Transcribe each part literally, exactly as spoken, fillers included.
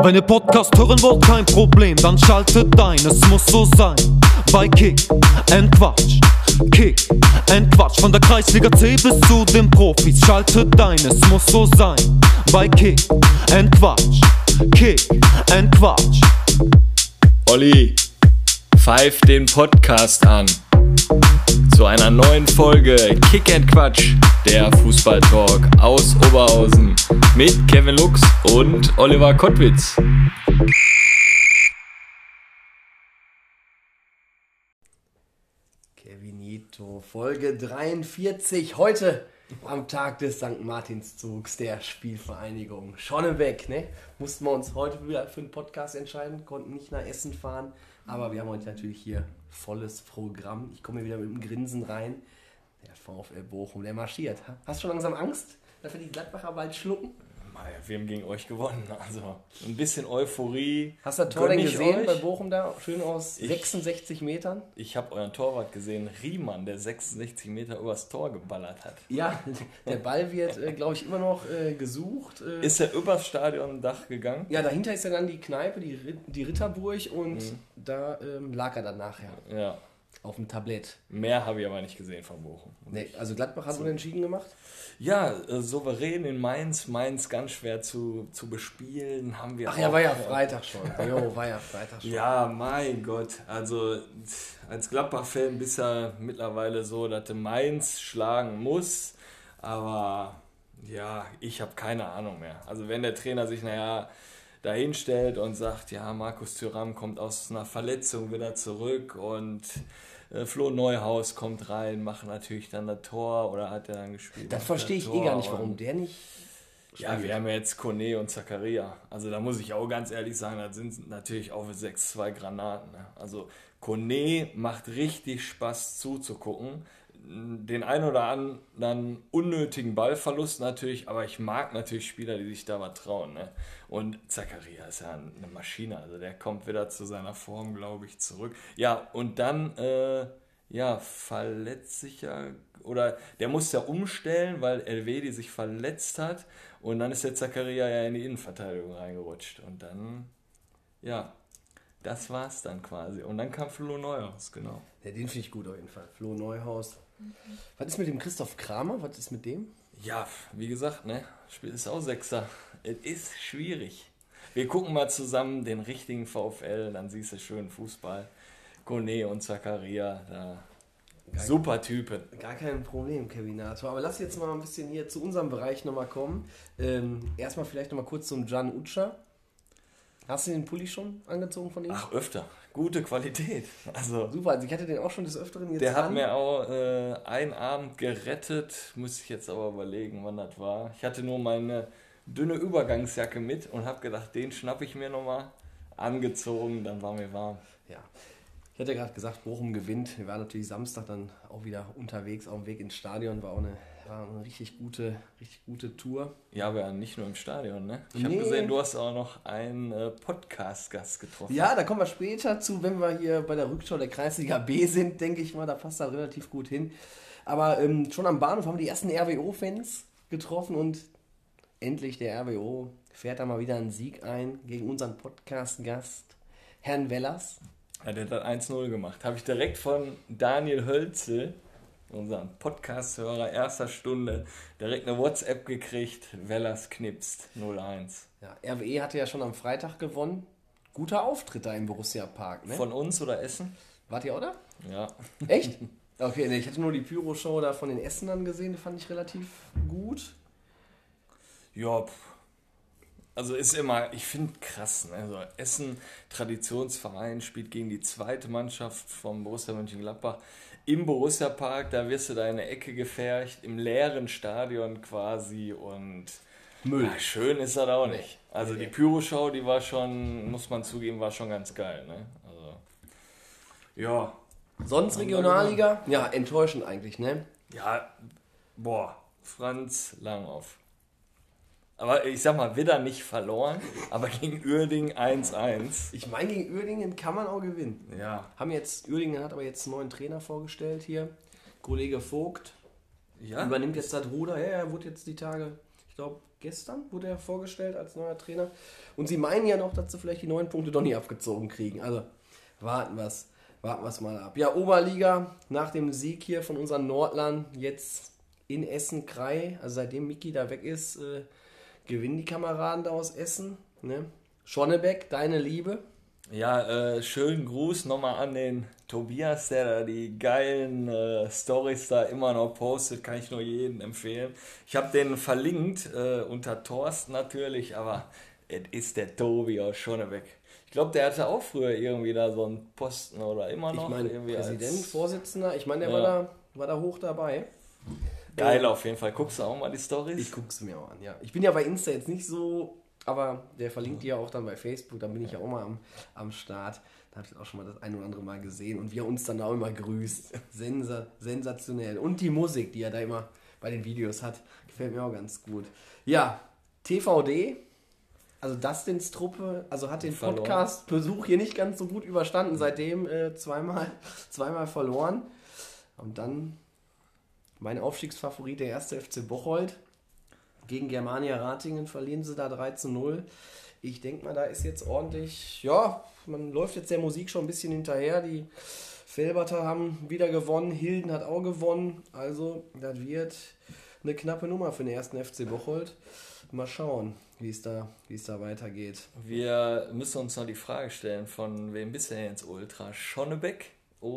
Wenn ihr Podcast hören wollt, kein Problem, dann schaltet ein, es muss so sein. Bei Kick and Quatsch, Kick and Quatsch. Von der Kreisliga C bis zu den Profis, schaltet ein, es muss so sein. Bei Kick and Quatsch, Kick and Quatsch. Olli, pfeif den Podcast an zu einer neuen Folge Kick and Quatsch, der Fußballtalk aus Oberhausen mit Kevin Lux und Oliver Kottwitz. Kevinito, Folge dreiundvierzig, heute am Tag des Sankt Martinszugs der Spielvereinigung Schonnebeck, ne? Mussten wir uns heute wieder für einen Podcast entscheiden, konnten nicht nach Essen fahren, aber wir haben heute natürlich hier volles Programm. Ich komme hier wieder mit einem Grinsen rein. Der VfL Bochum, der marschiert. Hast du schon langsam Angst, dass wir die Gladbacher bald schlucken? Wir haben gegen euch gewonnen, also ein bisschen Euphorie. Hast du das Tor denn gesehen euch? bei Bochum da? Schön aus Ich- sechsundsechzig Metern. Ich habe euren Torwart gesehen, Riemann, der sechsundsechzig Meter übers Tor geballert hat. Ja, der Ball wird, äh, glaube ich, immer noch äh, gesucht. Äh, Ist er übers Stadiondach gegangen? ja, dahinter ist ja dann die Kneipe, die, Rit- die Ritterburg und Mhm. da ähm, lag er dann nachher Ja. auf dem Tablett. Mehr habe ich aber nicht gesehen von Bochum. Nee, also Gladbach hat unentschieden gemacht. Ja, äh, souverän in Mainz. Mainz ganz schwer zu, zu bespielen. Haben wir Ach ja, auch, war ja äh, Freitag schon. Jo, war ja Freitag schon. Ja, mein Gott. Also als Gladbach-Fan bist du ja mittlerweile so, dass du Mainz schlagen muss. Aber ja, ich habe keine Ahnung mehr. Also wenn der Trainer sich, naja, dahin stellt und sagt, ja, Markus Thuram kommt aus einer Verletzung wieder zurück und äh, Flo Neuhaus kommt rein, macht natürlich dann das Tor oder hat er dann gespielt. Das macht verstehe ich das eh gar Tor nicht, warum und- der nicht Ja, spielt. wir haben ja jetzt Kone und Zakaria. Also da muss ich auch ganz ehrlich sagen, das sind natürlich auch sechs zwei Granaten. Ne? Also Kone macht richtig Spaß zuzugucken. Den ein oder anderen unnötigen Ballverlust natürlich, aber ich mag natürlich Spieler, die sich da was trauen. Ne? Und Zakaria ist ja eine Maschine, also der kommt wieder zu seiner Form, glaube ich, zurück. Ja, und dann äh, ja, verletzt sich ja, oder der muss ja umstellen, weil Elvedi sich verletzt hat und dann ist der Zakaria ja in die Innenverteidigung reingerutscht und dann, ja, das war's dann quasi. Und dann kam Flo Neuhaus, genau. Ja, den finde ich gut auf jeden Fall. Flo Neuhaus. Was ist mit dem Christoph Kramer? Was ist mit dem? Ja, wie gesagt, ne, Spiel ist auch Sechser. Es ist schwierig. Wir gucken mal zusammen den richtigen VfL, dann siehst du schön Fußball. Kone und Zakaria, da. Super Typen. Gar kein Problem, Kevinator. Aber lass jetzt mal ein bisschen hier zu unserem Bereich nochmal kommen. Ähm, erstmal vielleicht nochmal kurz zum Can Utscha. Hast du den Pulli schon angezogen von ihm? Ach, öfter. Gute Qualität. Also, Super, also ich hatte den auch schon des Öfteren jetzt der hat an. mir auch äh, einen Abend gerettet. Muss ich jetzt aber überlegen, wann das war. Ich hatte nur meine dünne Übergangsjacke mit und habe gedacht, den schnappe ich mir nochmal. Angezogen, dann war mir warm. Ja. Ich hatte gerade gesagt, Bochum gewinnt. Wir waren natürlich Samstag dann auch wieder unterwegs, auf dem Weg ins Stadion. War auch eine, war eine richtig gute, richtig gute Tour. Ja, aber nicht nur im Stadion, ne? Ich habe Nee. gesehen, du hast auch noch einen äh, Podcast-Gast getroffen. Ja, da kommen wir später zu, wenn wir hier bei der Rückschau der Kreisliga B sind, denke ich mal. Da passt das relativ gut hin. Aber ähm, schon am Bahnhof haben wir die ersten R W O-Fans getroffen und endlich der R W O fährt da mal wieder einen Sieg ein gegen unseren Podcast-Gast, Herrn Wellers. Ja, der hat das eins null gemacht. Habe ich direkt von Daniel Hölzel, unserem Podcast-Hörer erster Stunde, direkt eine WhatsApp gekriegt. Wellers knipst null eins. Ja, R W E hatte ja schon am Freitag gewonnen. Guter Auftritt da im Borussia Park, ne? Von uns oder Essen? Wart ihr auch da? Ja. Echt? Okay, ne, ich hatte nur die Pyro-Show da von den Essenern gesehen, die fand ich relativ gut. Ja, pff. Also ist immer, ich finde krass, ne? Also Essen, Traditionsverein, spielt gegen die zweite Mannschaft vom Borussia Mönchengladbach im Borussia Park, da wirst du da in der Ecke gefercht, im leeren Stadion quasi und Müll. ja, schön ist das auch nicht. Also Nee, die nee. Pyro-Show, die war schon, muss man zugeben, war schon ganz geil, ne? Also, ja. Sonst Regionalliga? Ja, enttäuschend eigentlich, ne? Ja, boah, Franz Langhoff. Aber ich sag mal, wieder nicht verloren, aber gegen Uerdingen eins eins. Ich meine, gegen Uerdingen kann man auch gewinnen. Ja. Haben jetzt, Uerdingen hat aber jetzt einen neuen Trainer vorgestellt hier. Kollege Vogt Ja? übernimmt jetzt das Ruder. Ja, er wurde jetzt die Tage, ich glaube, gestern wurde er vorgestellt als neuer Trainer. Und sie meinen ja noch, dass sie vielleicht die neun Punkte doch nie abgezogen kriegen. Also warten wir es warten wir's mal ab. Ja, Oberliga, nach dem Sieg hier von unseren Nordlern, jetzt in Essen-Krei, also seitdem Miki da weg ist, äh, gewinnen die Kameraden da aus Essen. Ne? Schonnebeck, deine Liebe. Ja, äh, schönen Gruß nochmal an den Tobias, der da die geilen äh, Storys da immer noch postet, kann ich nur jedem empfehlen. Ich habe den verlinkt, äh, unter Thorsten natürlich, aber es ist der Tobi aus Schonnebeck. Ich glaube, der hatte auch früher irgendwie da so einen Posten oder immer noch. Ich meine, irgendwie Präsident, als, Vorsitzender, ich meine, der Ja. war, da, war da hoch dabei. Geil auf jeden Fall. Guckst du auch mal die Storys? Ich gucke es mir auch an, ja. Ich bin ja bei Insta jetzt nicht so, aber der verlinkt die ja auch dann bei Facebook, da bin ich ja auch mal am, am Start. Da habe ich auch schon mal das ein oder andere Mal gesehen und wie er uns dann auch immer grüßt. Sensa, sensationell. Und die Musik, die er da immer bei den Videos hat, gefällt mir auch ganz gut. Ja, T V D, also Dustins Truppe, also hat den Verloren. Podcast-Besuch hier nicht ganz so gut überstanden, seitdem äh, zweimal, zweimal verloren. Und dann mein Aufstiegsfavorit, der erste F C Bocholt. Gegen Germania Ratingen verlieren sie da drei zu null. Ich denke mal, da ist jetzt ordentlich, ja, man läuft jetzt der Musik schon ein bisschen hinterher. Die Felberter haben wieder gewonnen, Hilden hat auch gewonnen. Also, das wird eine knappe Nummer für den ersten F C Bocholt. Mal schauen, wie es da, wie es da weitergeht. Wir müssen uns noch die Frage stellen, von wem bist du denn jetzt Ultra? Schonnebeck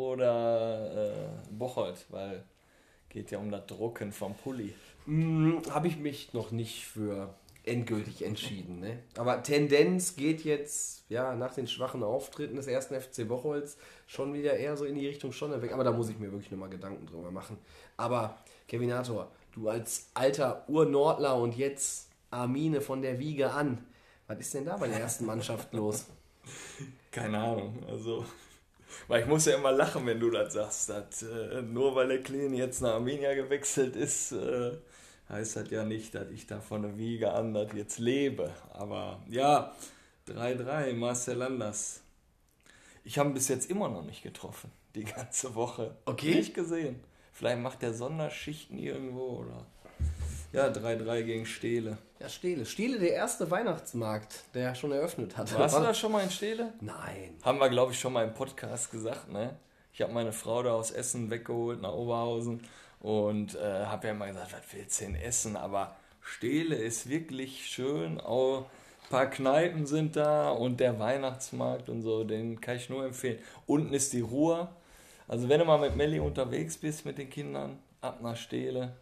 oder äh, Bocholt? Weil geht ja um das Drucken vom Pulli. Hm, habe ich mich noch nicht für endgültig entschieden. Ne? Aber Tendenz geht jetzt ja nach den schwachen Auftritten des ersten F C Bocholz schon wieder eher so in die Richtung Schonnebeck. Aber da muss ich mir wirklich nochmal Gedanken drüber machen. Aber Kevinator, du als alter Urnordler und jetzt Armine von der Wiege an, was ist denn da bei der ersten Mannschaft los? Keine Ahnung, also... Weil ich muss ja immer lachen, wenn du das sagst. Dass, äh, nur weil der Clean jetzt nach Arminia gewechselt ist, äh, heißt das ja nicht, dass ich da von der Wiege an das jetzt lebe. Aber ja, drei drei, Marcel Landers. Ich habe ihn bis jetzt immer noch nicht getroffen, die ganze Woche. Okay. Nicht gesehen. Vielleicht macht der Sonderschichten irgendwo oder... Ja, drei drei gegen Steele. Ja, Steele. Steele, der erste Weihnachtsmarkt, der schon eröffnet hat. Warst du da schon mal in Steele? Nein. Haben wir, glaube ich, schon mal im Podcast gesagt, ne? Ich habe meine Frau da aus Essen weggeholt nach Oberhausen und äh, habe ja immer gesagt, was willst du denn essen? Aber Steele ist wirklich schön, auch ein paar Kneipen sind da und der Weihnachtsmarkt und so, den kann ich nur empfehlen. Unten ist die Ruhr, also wenn du mal mit Melli unterwegs bist mit den Kindern, ab nach Steele.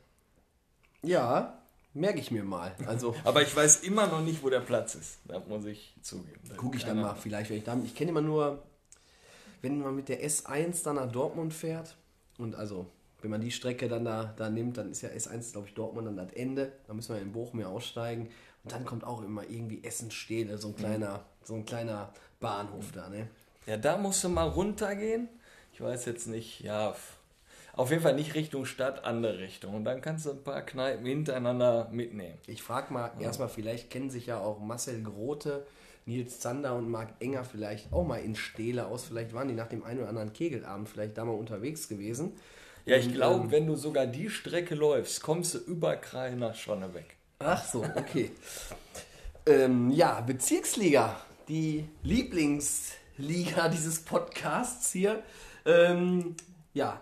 Ja, merke ich mir mal. Also Aber ich weiß immer noch nicht, wo der Platz ist, das muss ich zugeben. gucke ich dann mal vielleicht, wenn ich da, ich kenne immer nur, wenn man mit der S eins dann nach Dortmund fährt und also wenn man die Strecke dann da, da nimmt, dann ist ja S eins, glaube ich, Dortmund dann das Ende, da müssen wir in Bochum ja aussteigen und dann kommt auch immer irgendwie Essen-Steele, so ein kleiner, so ein kleiner Bahnhof da, ne? Ja, da musst du mal runtergehen. Ich weiß jetzt nicht, ja, auf jeden Fall nicht Richtung Stadt, andere Richtung. Und dann kannst du ein paar Kneipen hintereinander mitnehmen. Ich frage mal ja. erstmal, vielleicht kennen sich ja auch Marcel Grote, Nils Zander und Marc Enger vielleicht auch mal in Steele aus. Vielleicht waren die nach dem einen oder anderen Kegelabend vielleicht da mal unterwegs gewesen. Ja, ich Und, glaube, ähm, wenn du sogar die Strecke läufst, kommst du über Krei nach Schonnebeck. Ach so, okay. ähm, ja, Bezirksliga, die Lieblingsliga dieses Podcasts hier. Ähm, ja,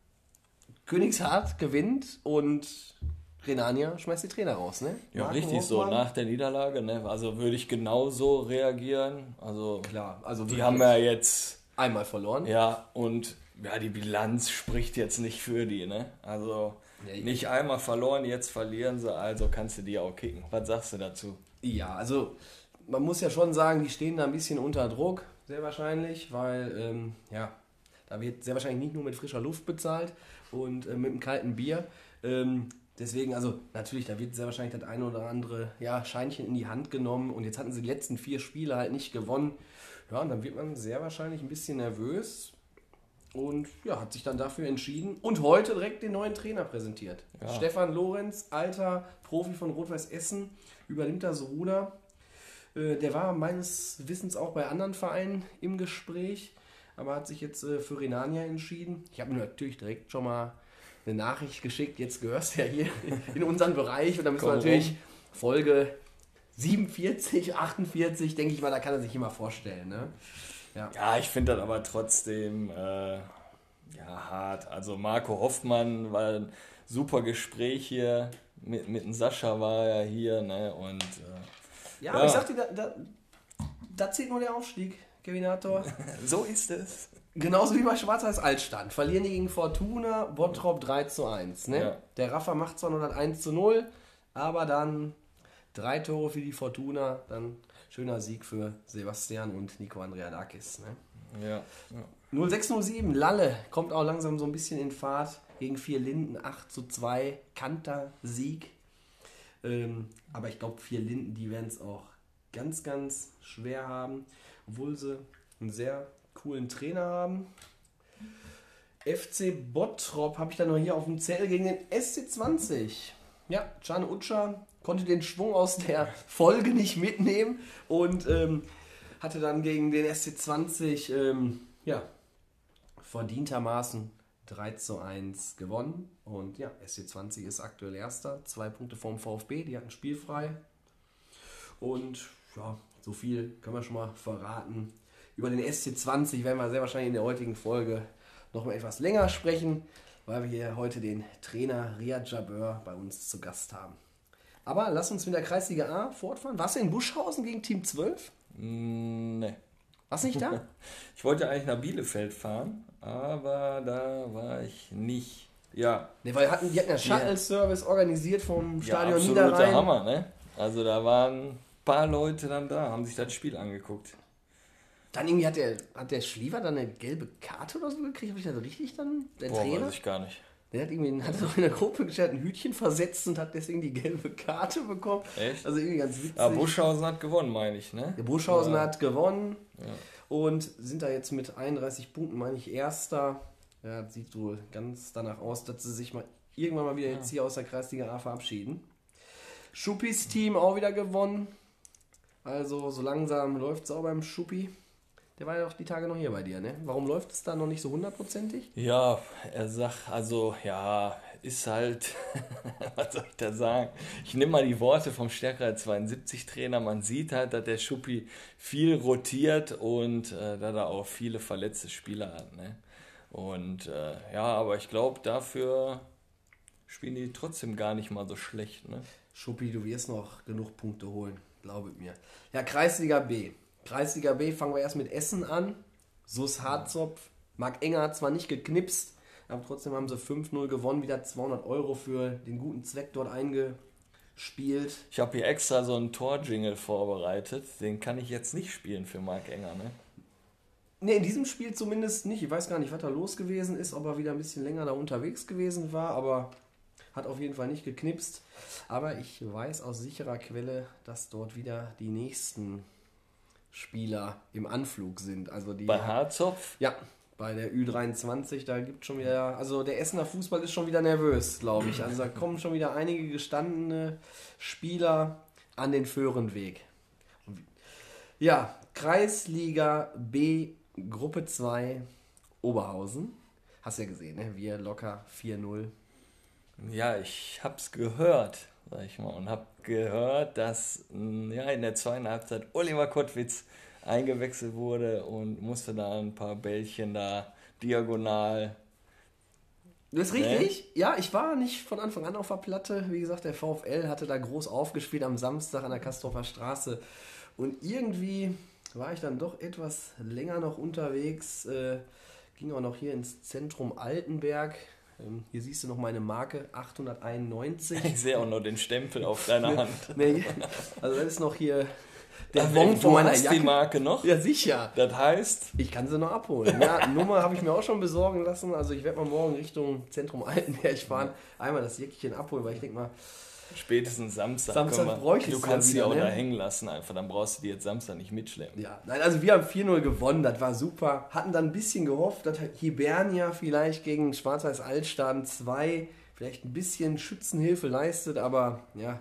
Königshardt gewinnt und Rhenania schmeißt die Trainer raus, ne? Ja, Marco richtig so, Hoffmann. nach der Niederlage, ne? Also würde ich genauso reagieren. Also Klar, also die wirklich haben ja jetzt, einmal verloren. ja, und ja, die Bilanz spricht jetzt nicht für die, ne? Also Ja, nicht einmal verloren, jetzt verlieren sie, also kannst du die auch kicken. Was sagst du dazu? Ja, also man muss ja schon sagen, die stehen da ein bisschen unter Druck, sehr wahrscheinlich, weil ähm, ja, da wird sehr wahrscheinlich nicht nur mit frischer Luft bezahlt und äh, mit einem kalten Bier. Ähm, deswegen, also natürlich, da wird sehr wahrscheinlich das eine oder andere ja, Scheinchen in die Hand genommen und jetzt hatten sie die letzten vier Spiele halt nicht gewonnen. Ja, und dann wird man sehr wahrscheinlich ein bisschen nervös und ja, hat sich dann dafür entschieden und heute direkt den neuen Trainer präsentiert. Ja. Stefan Lorenz, alter Profi von Rot-Weiß Essen, übernimmt das Ruder. Äh, der war meines Wissens auch bei anderen Vereinen im Gespräch, aber hat sich jetzt äh, für Rhenania entschieden. Ich habe mir natürlich direkt schon mal eine Nachricht geschickt, jetzt gehörst du ja hier in unseren Bereich und da müssen wir Komm natürlich rum. Folge siebenundvierzig, achtundvierzig, denke ich mal, da kann er sich immer vorstellen. Ne? Ja. ja, ich finde das aber trotzdem äh, ja, hart. Also Marco Hoffmann war ein super Gespräch hier. Mit, mit dem Sascha war er hier. Ne? Und, äh, ja, ja, aber ich sag dir, da, da, da zählt nur der Aufstieg, Kevinator. So ist es. Genauso wie bei Schwarz-Weiß Altstand. Verlieren die gegen Fortuna, Bottrop drei zu eins. Ne? Ja. Der Rafa macht zwar nur das eins zu null, aber dann drei Tore für die Fortuna. Dann schöner Sieg für Sebastian und Nico Andreadakis. Ne? Ja. Ja. null sechs null sieben, Lalle kommt auch langsam so ein bisschen in Fahrt. Gegen vier Linden, acht zu zwei. Kanter-Sieg. Ähm, aber ich glaube, vier Linden, die werden es auch ganz, ganz schwer haben. Obwohl sie einen sehr coolen Trainer haben. F C Bottrop habe ich dann noch hier auf dem Zettel gegen den S C zwanzig. Ja, Can Utscha konnte den Schwung aus der Folge nicht mitnehmen und ähm, hatte dann gegen den S C zwanzig ähm, ja, verdientermaßen drei zu eins gewonnen. Und ja, S C zwanzig ist aktuell Erster, zwei Punkte vom VfB, die hatten spielfrei. Und ja, so viel können wir schon mal verraten. Über den S C zwanzig werden wir sehr wahrscheinlich in der heutigen Folge noch mal etwas länger sprechen, weil wir hier heute den Trainer Riyad Jabeur bei uns zu Gast haben. Aber lass uns mit der Kreisliga A fortfahren. Warst du in Buschhausen gegen Team zwölf? Mm, ne. Warst du nicht da? Ich wollte eigentlich nach Bielefeld fahren, aber da war ich nicht. Ja. Ne, weil hatten, die hatten ja Shuttle-Service organisiert vom Stadion ja, Niederrhein. absoluter Hammer, ne? Also da waren ein paar Leute dann da, haben sich das Spiel angeguckt. Dann irgendwie hat der, hat der Schliever dann eine gelbe Karte oder so gekriegt. Habe ich das richtig dann? Der Boah, Trainer? weiß ich gar nicht. Der hat irgendwie hat doch in der Gruppe gestellt, ein Hütchen versetzt und hat deswegen die gelbe Karte bekommen. Echt? Also irgendwie ganz witzig. Ja, Buschhausen hat gewonnen, meine ich, ne? Der Buschhausen ja. hat gewonnen ja. und sind da jetzt mit einunddreißig Punkten, meine ich, Erster. Ja, das sieht wohl ganz danach aus, dass sie sich mal irgendwann mal wieder ja. jetzt hier aus der Kreisliga A verabschieden. Schuppis Team auch wieder gewonnen. Also so langsam läuft es auch beim Schuppi. Der war ja doch die Tage noch hier bei dir, ne? Warum läuft es da noch nicht so hundertprozentig? Ja, er sagt, also, ja, ist halt, was soll ich da sagen? Ich nehme mal die Worte vom Stärkerer zweiundsiebzig-Trainer. Man sieht halt, dass der Schuppi viel rotiert und äh, dass er auch viele verletzte Spieler hat, ne? Und äh, ja, aber ich glaube, dafür spielen die trotzdem gar nicht mal so schlecht, ne? Schuppi, du wirst noch genug Punkte holen, glaube mir. Ja, Kreisliga B. Kreisliga B fangen wir erst mit Essen an. S U S Harzopf. Marc Enger hat zwar nicht geknipst, aber trotzdem haben sie fünf null gewonnen. Wieder zweihundert Euro für den guten Zweck dort eingespielt. Ich habe hier extra so einen Tor-Jingle vorbereitet. Den kann ich jetzt nicht spielen für Marc Enger, ne? Ne, in diesem Spiel zumindest nicht. Ich weiß gar nicht, was da los gewesen ist, ob er wieder ein bisschen länger da unterwegs gewesen war, aber hat auf jeden Fall nicht geknipst. Aber ich weiß aus sicherer Quelle, dass dort wieder die nächsten Spieler im Anflug sind. Also die, bei Harzopf? Ja, bei der Ü dreiundzwanzig, da gibt schon wieder, also der Essener Fußball ist schon wieder nervös, glaube ich. Also da kommen schon wieder einige gestandene Spieler an den Föhrenweg. Ja, Kreisliga B, Gruppe zwei, Oberhausen. Hast ja gesehen, ne? Wir locker vier null. Ja, ich hab's gehört, sag ich mal, und hab gehört, dass ja, in der zweiten Halbzeit Oliver Kottwitz eingewechselt wurde und musste da ein paar Bällchen da diagonal. Das ist richtig. Ne? Ja, ich war nicht von Anfang an auf der Platte. Wie gesagt, der VfL hatte da groß aufgespielt am Samstag an der Castorfer Straße. Und irgendwie war ich dann doch etwas länger noch unterwegs. Äh, ging auch noch hier ins Zentrum Altenberg. Ähm, hier siehst du noch meine Marke, achthunderteinundneunzig. Ich sehe auch noch den Stempel auf deiner Hand. Nee, also das ist noch hier der Ach, Bon von meiner hast Jacke. Die Marke noch? Ja, sicher. Das heißt? Ich kann sie noch abholen. Ja, Nummer habe ich mir auch schon besorgen lassen. Also ich werde mal morgen Richtung Zentrum Altenberg fahren. Einmal das Jäckchen abholen, weil ich denke mal... Spätestens Samstag. Samstag bräuchte ich Du kannst sie ja auch ne? da hängen lassen einfach. Dann brauchst du die jetzt Samstag nicht mitschleppen. Ja, nein, also wir haben vier null gewonnen. Das war super. Hatten dann ein bisschen gehofft, dass Hibernia vielleicht gegen Schwarz-Weiß Altstaden zwei vielleicht ein bisschen Schützenhilfe leistet. Aber ja,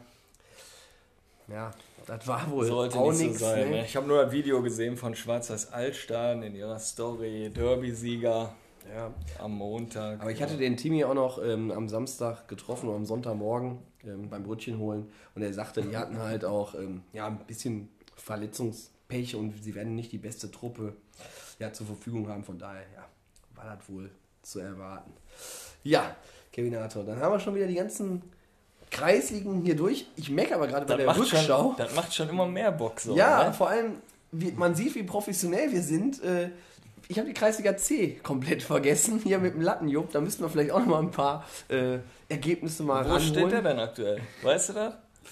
ja, das war wohl Sollte auch nicht nichts. so sein. Ne? Ne? Ich habe nur das Video gesehen von Schwarz-Weiß Altstaden in ihrer Story, Derby-Sieger. Ja. Am Montag. Aber ich hatte den Timmy auch noch ähm, am Samstag getroffen oder am Sonntagmorgen ähm, beim Brötchen holen und er sagte, die hatten halt auch ähm, ja, ein bisschen Verletzungspech und sie werden nicht die beste Truppe ja, zur Verfügung haben. Von daher ja, war das wohl zu erwarten. Ja, Kevinator, dann haben wir schon wieder die ganzen Kreisligen hier durch. Ich merke aber gerade bei das der macht Rückschau. Schon, das macht schon immer mehr Bock so. Ja, ne? vor allem, wie, man sieht, wie professionell wir sind. Äh, ich habe die Kreisliga C komplett vergessen, hier mit dem Lattenjupp. Da müssen wir vielleicht auch noch mal ein paar äh, Ergebnisse mal Wo ranholen. steht der denn aktuell? Weißt du das?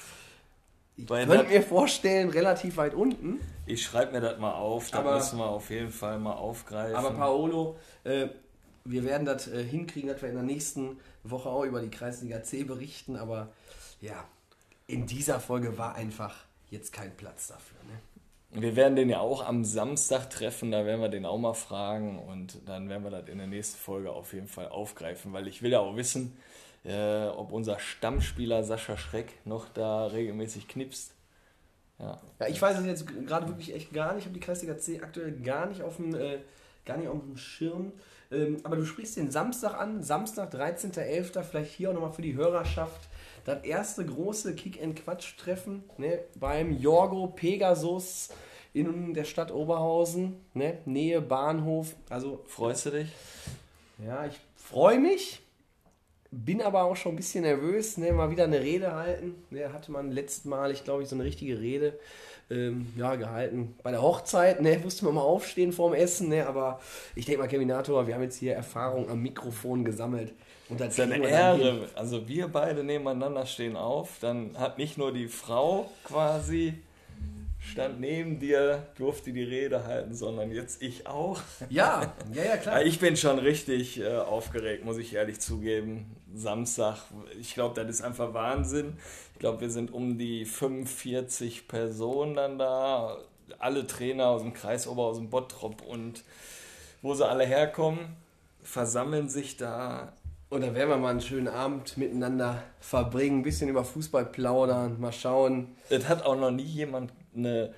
Ich Weil könnte das- mir vorstellen, relativ weit unten. Ich schreibe mir das mal auf, das Aber- müssen wir auf jeden Fall mal aufgreifen. Aber Paolo, äh, wir werden das äh, hinkriegen, dass wir in der nächsten Woche auch über die Kreisliga C berichten. Aber ja, in dieser Folge war einfach jetzt kein Platz dafür. Ne? Wir werden den ja auch am Samstag treffen, da werden wir den auch mal fragen und dann werden wir das in der nächsten Folge auf jeden Fall aufgreifen, weil ich will ja auch wissen, äh, ob unser Stammspieler Sascha Schreck noch da regelmäßig knipst. Ja, Ja, ich weiß es jetzt gerade wirklich echt gar nicht. Ich habe die Kreisliga C aktuell gar nicht auf dem, äh, gar nicht auf dem Schirm. Ähm, aber du sprichst den Samstag an. Samstag, dreizehnter elfter Vielleicht hier auch nochmal für die Hörerschaft. Das erste große Kick-and-Quatsch-Treffen ne, beim Jorgo Pegasus in der Stadt Oberhausen. Ne, Nähe Bahnhof. Also, freust du dich? ja, ich freue mich. Bin aber auch schon ein bisschen nervös, ne, mal wieder eine Rede halten. Ne, hatte man letztmalig, glaube ich, so eine richtige Rede ähm, ja, gehalten. Bei der Hochzeit, ne, musste man mal aufstehen vorm Essen, ne, aber ich denke mal, Kevinator, wir haben jetzt hier Erfahrung am Mikrofon gesammelt. Und das Das ist eine kriegen wir dann hin. Ehre. Also wir beide nebeneinander stehen auf, dann hat nicht nur die Frau quasi stand neben dir, durfte die Rede halten, sondern jetzt ich auch. Ja, ja, ja, klar. Ja, ich bin schon richtig äh, aufgeregt, muss ich ehrlich zugeben. Samstag, ich glaube, das ist einfach Wahnsinn. Ich glaube, wir sind um die fünfundvierzig Personen dann da. Alle Trainer aus dem Kreis Oberhausen, Bottrop und wo sie alle herkommen, versammeln sich da. Und dann werden wir mal einen schönen Abend miteinander verbringen, ein bisschen über Fußball plaudern, mal schauen. Es hat auch noch nie jemand eine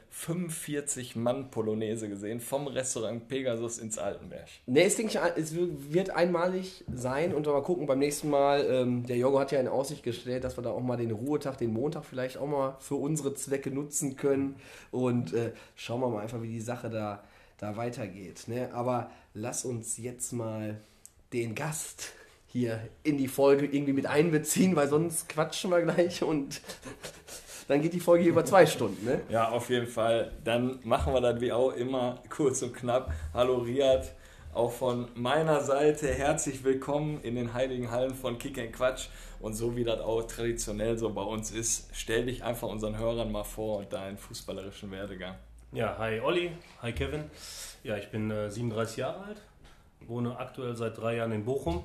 fünfundvierzig-Mann-Polonaise gesehen, vom Restaurant Pegasus ins Altenberg. Ne, es, denke ich, es wird einmalig sein und mal gucken beim nächsten Mal. Ähm, der Jorgo hat ja in Aussicht gestellt, dass wir da auch mal den Ruhetag, den Montag vielleicht auch mal für unsere Zwecke nutzen können. Und äh, schauen wir mal einfach, wie die Sache da, da weitergeht. Ne? Aber lass uns jetzt mal den Gast hier in die Folge irgendwie mit einbeziehen, weil sonst quatschen wir gleich und dann geht die Folge hier über zwei Stunden, ne? Ja, auf jeden Fall. Dann machen wir das wie auch immer kurz und knapp. Hallo Riyad, auch von meiner Seite herzlich willkommen in den heiligen Hallen von Kick and Quatsch. Und so wie das auch traditionell so bei uns ist, stell dich einfach unseren Hörern mal vor und deinen fußballerischen Werdegang. Ja, hi Olli, hi Kevin. Ja, ich bin äh, siebenunddreißig Jahre alt, wohne aktuell seit drei Jahren in Bochum.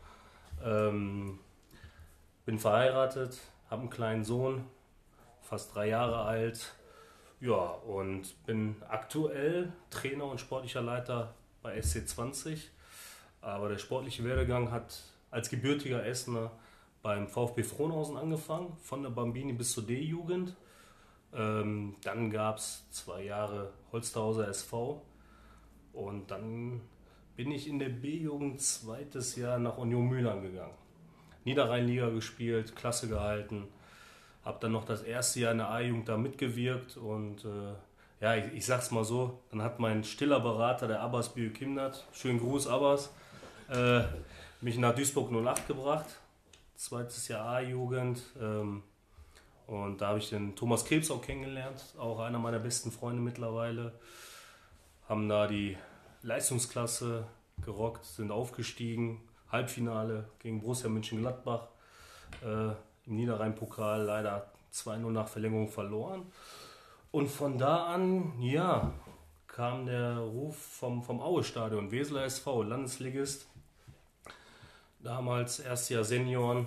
Ähm, bin verheiratet, habe einen kleinen Sohn, fast drei Jahre alt. Ja, und bin aktuell Trainer und sportlicher Leiter bei S C zwanzig. Aber der sportliche Werdegang hat als gebürtiger Essener beim VfB Frohnhausen angefangen, von der Bambini bis zur D-Jugend. Ähm, dann gab es zwei Jahre Holsterhauser S V und dann bin ich in der B-Jugend zweites Jahr nach Union Mülheim gegangen. Niederrhein-Liga gespielt, Klasse gehalten, habe dann noch das erste Jahr in der A-Jugend da mitgewirkt und äh, ja, ich, ich sag's mal so, dann hat mein stiller Berater, der Abbas Büyükimnat, schönen Gruß Abbas, äh, mich nach Duisburg null acht gebracht, zweites Jahr A-Jugend. Ähm, Und da habe ich den Thomas Krebs auch kennengelernt, auch einer meiner besten Freunde mittlerweile. Haben da die Leistungsklasse gerockt, sind aufgestiegen, Halbfinale gegen Borussia Mönchengladbach, äh, im Niederrhein-Pokal leider zwei null nach Verlängerung verloren. Und von da an, ja, kam der Ruf vom, vom Aue-Stadion, Weseler S V, Landesligist. Damals erstes Jahr Senioren.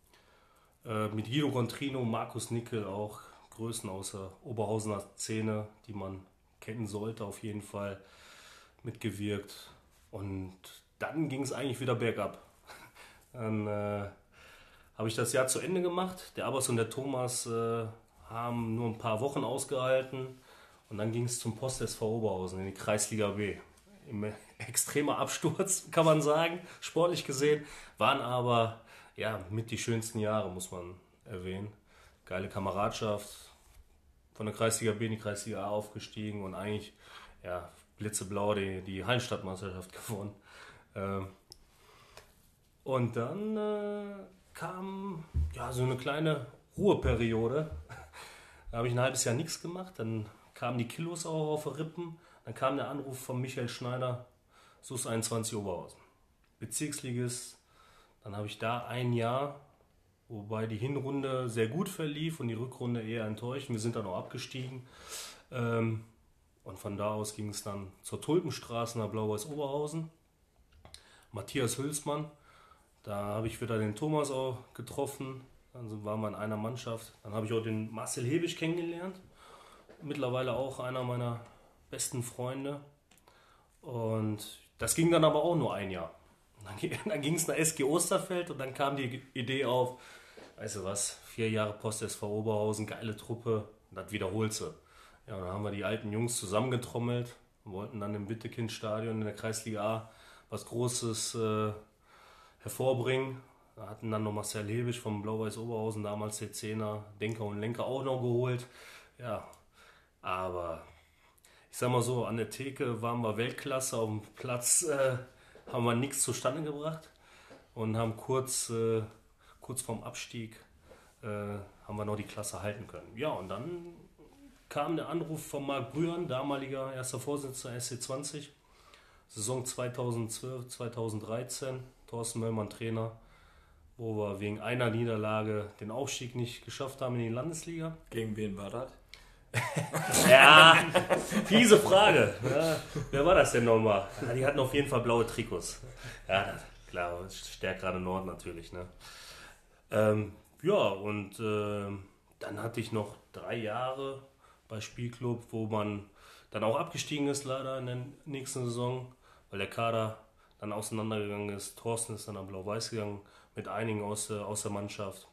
Mit Guido Contrino, Markus Nickel, auch Größen aus der Oberhausener Szene, die man kennen sollte, auf jeden Fall mitgewirkt. Und dann ging es eigentlich wieder bergab. Dann äh, habe ich das Jahr zu Ende gemacht. Der Abbas und der Thomas äh, haben nur ein paar Wochen ausgehalten. Und dann ging es zum Post S V Oberhausen in die Kreisliga B. im extremer Absturz, kann man sagen, sportlich gesehen. Waren aber ja, mit die schönsten Jahre, muss man erwähnen. Geile Kameradschaft, von der Kreisliga B in die Kreisliga A aufgestiegen und eigentlich ja, blitzeblau die, die Hallenstadtmeisterschaft gewonnen. Ähm, und dann äh, kam ja, so eine kleine Ruheperiode. Da habe ich ein halbes Jahr nichts gemacht. Dann kamen die Kilos auch auf die Rippen. Dann kam der Anruf von Michael Schneider, S U S einundzwanzig Oberhausen. Bezirksligist. Dann habe ich da ein Jahr, wobei die Hinrunde sehr gut verlief und die Rückrunde eher enttäuscht. Wir sind dann auch abgestiegen. Ähm, und von da aus ging es dann zur Tulpenstraße nach Blau-Weiß Oberhausen. Matthias Hülsmann, da habe ich wieder den Thomas auch getroffen. Dann waren wir in einer Mannschaft. Dann habe ich auch den Marcel Hebisch kennengelernt. Mittlerweile auch einer meiner besten Freunde. Und das ging dann aber auch nur ein Jahr. Dann ging es nach S G Osterfeld und dann kam die Idee auf, weißt du was, vier Jahre Post S V Oberhausen, geile Truppe, das wiederholst du. Ja, dann haben wir die alten Jungs zusammengetrommelt und wollten dann im Wittekind-Stadion in der Kreisliga A was Großes äh, hervorbringen. Da hatten dann noch Marcel Hebisch vom Blau-Weiß Oberhausen, damals der Zehner, Denker und Lenker auch noch geholt. Ja, aber ich sag mal so, an der Theke waren wir Weltklasse, auf dem Platz äh, haben wir nichts zustande gebracht und haben kurz, äh, kurz vorm Abstieg äh, haben wir noch die Klasse halten können. Ja, und dann kam der Anruf von Marc Brühren, damaliger erster Vorsitzender S C zwanzig, Saison zweitausendzwölf, zweitausenddreizehn, Thorsten Möllmann Trainer, wo wir wegen einer Niederlage den Aufstieg nicht geschafft haben in die Landesliga. Gegen wen war das? Ja, fiese Frage. Ja, wer war das denn nochmal? Ja, die hatten auf jeden Fall blaue Trikots. Ja, das, klar, stärkt gerade Nord natürlich. Ne? Ähm, ja, und äh, dann hatte ich noch drei Jahre bei Spielclub, wo man dann auch abgestiegen ist, leider in der nächsten Saison, weil der Kader dann auseinandergegangen ist. Thorsten ist dann an Blau-Weiß gegangen, mit einigen aus, äh, aus der Mannschaft.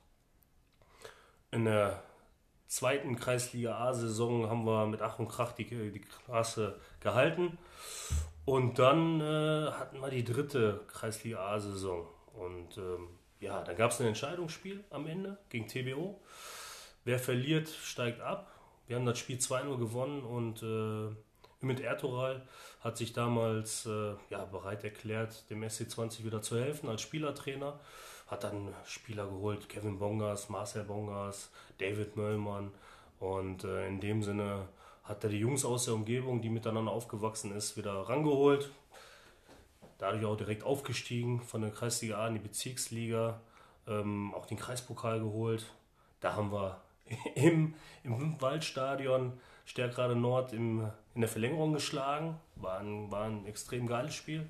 In der zweiten Kreisliga A-Saison haben wir mit Ach und Krach die, die Klasse gehalten. Und dann äh, hatten wir die dritte Kreisliga A-Saison. Und ähm, ja, da gab es ein Entscheidungsspiel am Ende gegen T B O. Wer verliert, steigt ab. Wir haben das Spiel zwei null gewonnen und äh, Ümit Ertuğral hat sich damals äh, ja, bereit erklärt, dem S C zwanzig wieder zu helfen als Spielertrainer. Hat dann Spieler geholt, Kevin Bongas, Marcel Bongas, David Möllmann. Und äh, in dem Sinne hat er die Jungs aus der Umgebung, die miteinander aufgewachsen ist, wieder rangeholt. Dadurch auch direkt aufgestiegen von der Kreisliga A in die Bezirksliga. Ähm, auch den Kreispokal geholt. Da haben wir im, im Waldstadion Stärkrade Nord im, in der Verlängerung geschlagen. War ein, war ein extrem geiles Spiel.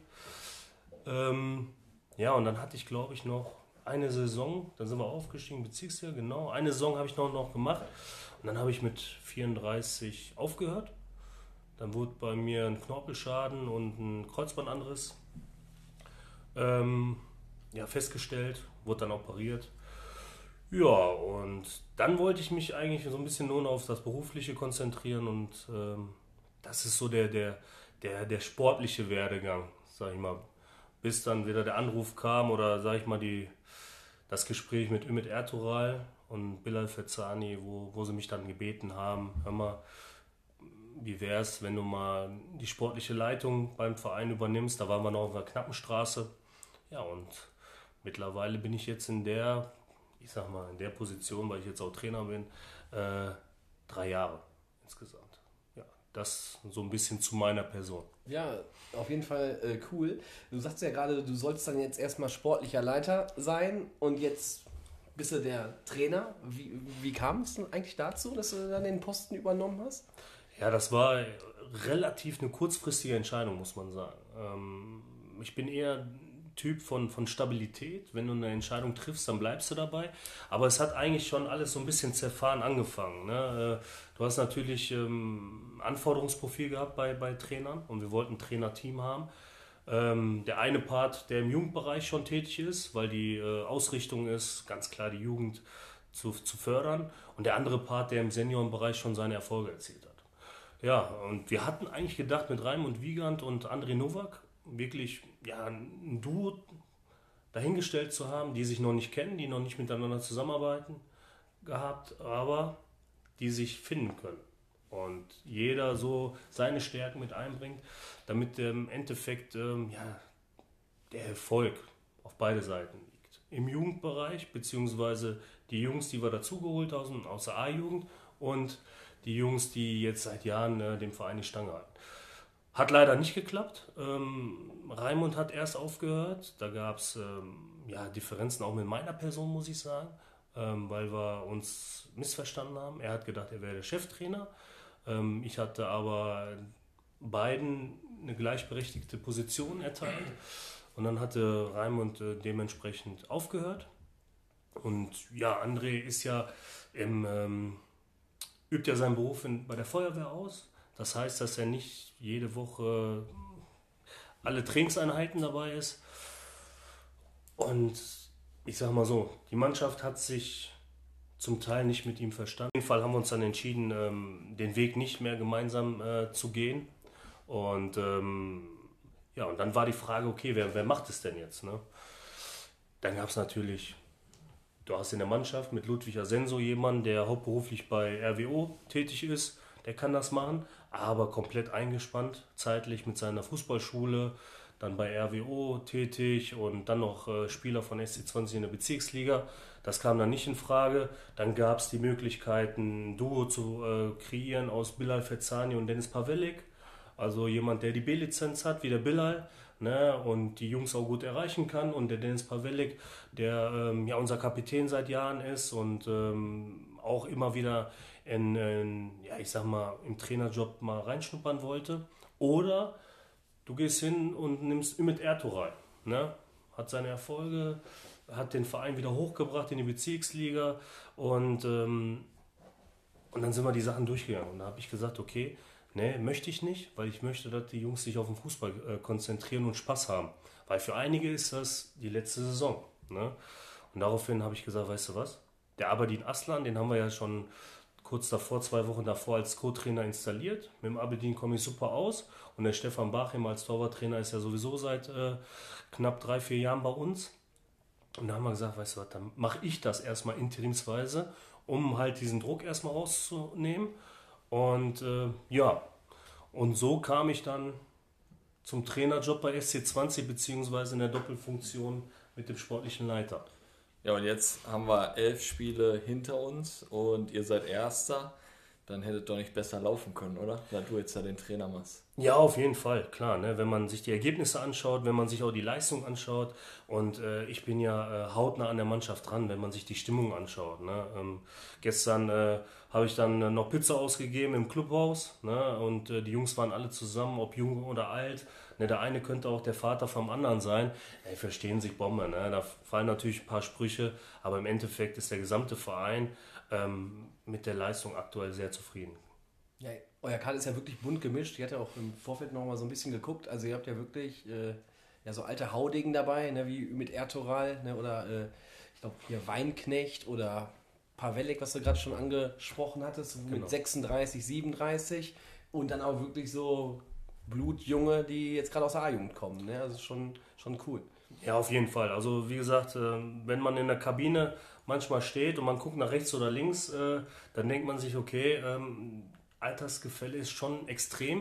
Ähm, ja, und dann hatte ich, glaube ich, noch eine Saison, dann sind wir aufgestiegen, Bezirksliga, genau. Eine Saison habe ich noch, noch gemacht und dann habe ich mit vierunddreißig aufgehört. Dann wurde bei mir ein Knorpelschaden und ein Kreuzbandanriss ähm, ja, festgestellt, wurde dann operiert. Ja, und dann wollte ich mich eigentlich so ein bisschen nur noch auf das Berufliche konzentrieren und ähm, das ist so der, der, der, der sportliche Werdegang, sag ich mal. Bis dann wieder der Anruf kam oder sag ich mal die, das Gespräch mit Ümit Ertuğral und Bilal Fezzani, wo, wo sie mich dann gebeten haben, hör mal, wie wär's, wenn du mal die sportliche Leitung beim Verein übernimmst. Da waren wir noch auf einer knappen Straße. Ja, und mittlerweile bin ich jetzt in der, ich sag mal, in der Position, weil ich jetzt auch Trainer bin, äh, drei Jahre insgesamt. Ja, das so ein bisschen zu meiner Person. Ja, auf jeden Fall äh, cool. Du sagst ja gerade, du sollst dann jetzt erstmal sportlicher Leiter sein und jetzt bist du der Trainer. Wie, wie kam es denn eigentlich dazu, dass du dann den Posten übernommen hast? Ja, das war relativ eine kurzfristige Entscheidung, muss man sagen. Ähm, ich bin eher Typ von, von Stabilität. Wenn du eine Entscheidung triffst, dann bleibst du dabei. Aber es hat eigentlich schon alles so ein bisschen zerfahren angefangen. Ne? Du hast natürlich ähm, Anforderungsprofil gehabt bei, bei Trainern und wir wollten ein Trainerteam haben. Ähm, der eine Part, der im Jugendbereich schon tätig ist, weil die äh, Ausrichtung ist, ganz klar die Jugend zu, zu fördern. Und der andere Part, der im Seniorenbereich schon seine Erfolge erzielt hat. Ja, und wir hatten eigentlich gedacht, mit Raimund Wiegand und André Nowak wirklich ja, ein Duo dahingestellt zu haben, die sich noch nicht kennen, die noch nicht miteinander zusammenarbeiten gehabt, aber die sich finden können. Und jeder so seine Stärken mit einbringt, damit im Endeffekt ähm, ja, der Erfolg auf beide Seiten liegt. Im Jugendbereich, beziehungsweise die Jungs, die wir dazugeholt haben aus der A-Jugend und die Jungs, die jetzt seit Jahren äh, dem Verein die Stange halten. Hat leider nicht geklappt. Ähm, Raimund hat erst aufgehört. Da gab es ähm, ja, Differenzen auch mit meiner Person, muss ich sagen, ähm, weil wir uns missverstanden haben. Er hat gedacht, er wäre der Cheftrainer. Ähm, ich hatte aber beiden eine gleichberechtigte Position erteilt. Und dann hatte Raimund äh, dementsprechend aufgehört. Und ja, André ist ja im, ähm, übt ja seinen Beruf in, bei der Feuerwehr aus. Das heißt, dass er nicht jede Woche alle Trainingseinheiten dabei ist. Und ich sag mal so, die Mannschaft hat sich zum Teil nicht mit ihm verstanden. Auf jeden Fall haben wir uns dann entschieden, ähm, den Weg nicht mehr gemeinsam äh, zu gehen. Und ähm, ja, und dann war die Frage, okay, wer, wer macht es denn jetzt? Ne? Dann gab es natürlich, du hast in der Mannschaft mit Ludwig Asenso jemanden, der hauptberuflich bei R W O tätig ist, der kann das machen, aber komplett eingespannt, zeitlich mit seiner Fußballschule, dann bei R W O tätig und dann noch äh, Spieler von S C zwanzig in der Bezirksliga. Das kam dann nicht in Frage. Dann gab es die Möglichkeit, ein Duo zu äh, kreieren aus Bilal Fezzani und Dennis Pawellik. Also jemand, der die B-Lizenz hat, wie der Bilal, ne, und die Jungs auch gut erreichen kann. Und der Dennis Pawellik, der ähm, ja unser Kapitän seit Jahren ist und ähm, auch immer wieder in, in, ja, ich sag mal, im Trainerjob mal reinschnuppern wollte. Oder du gehst hin und nimmst Ümit Ertuğral, ne, hat seine Erfolge, hat den Verein wieder hochgebracht in die Bezirksliga und, ähm, und dann sind wir die Sachen durchgegangen. Und da habe ich gesagt, okay, nee, möchte ich nicht, weil ich möchte, dass die Jungs sich auf den Fußball äh, konzentrieren und Spaß haben. Weil für einige ist das die letzte Saison. Ne? Und daraufhin habe ich gesagt, weißt du was, der Aberdeen Aslan, den haben wir ja schon kurz davor, zwei Wochen davor als Co-Trainer installiert. Mit dem Aberdeen komme ich super aus. Und der Stefan Bachim als Torwarttrainer ist ja sowieso seit äh, knapp drei, vier Jahren bei uns. Und da haben wir gesagt, weißt du was, dann mache ich das erstmal interimsweise, um halt diesen Druck erstmal rauszunehmen. Und äh, ja, und so kam ich dann zum Trainerjob bei S C zwanzig beziehungsweise in der Doppelfunktion mit dem sportlichen Leiter. Ja, und jetzt haben wir elf Spiele hinter uns und ihr seid Erster. Dann hättet doch nicht besser laufen können, oder? Da du jetzt ja den Trainer machst. Ja, auf jeden Fall, klar. Ne? Wenn man sich die Ergebnisse anschaut, wenn man sich auch die Leistung anschaut. Und äh, ich bin ja äh, hautnah an der Mannschaft dran, wenn man sich die Stimmung anschaut. Ne? Ähm, gestern äh, habe ich dann äh, noch Pizza ausgegeben im Clubhaus. Ne? Und äh, die Jungs waren alle zusammen, ob jung oder alt. Ne? Der eine könnte auch der Vater vom anderen sein. Ey, verstehen sich Bombe. Ne? Da fallen natürlich ein paar Sprüche. Aber im Endeffekt ist der gesamte Verein ähm, mit der Leistung aktuell sehr zufrieden. Ja, euer Kader ist ja wirklich bunt gemischt. Ich hatte auch im Vorfeld noch mal so ein bisschen geguckt. Also ihr habt ja wirklich äh, ja, so alte Haudegen dabei, ne, wie mit Ertuğral, ne, oder äh, ich glaube hier Weinknecht oder Pawellik, was du gerade schon angesprochen hattest, Genau. mit sechsunddreißig, siebenunddreißig und dann auch wirklich so Blutjunge, die jetzt gerade aus der A-Jugend kommen. Ne? Also schon, schon cool. Ja, auf jeden Fall. Also wie gesagt, äh, wenn man in der Kabine manchmal steht und man guckt nach rechts oder links, äh, dann denkt man sich, okay, ähm, Altersgefälle ist schon extrem,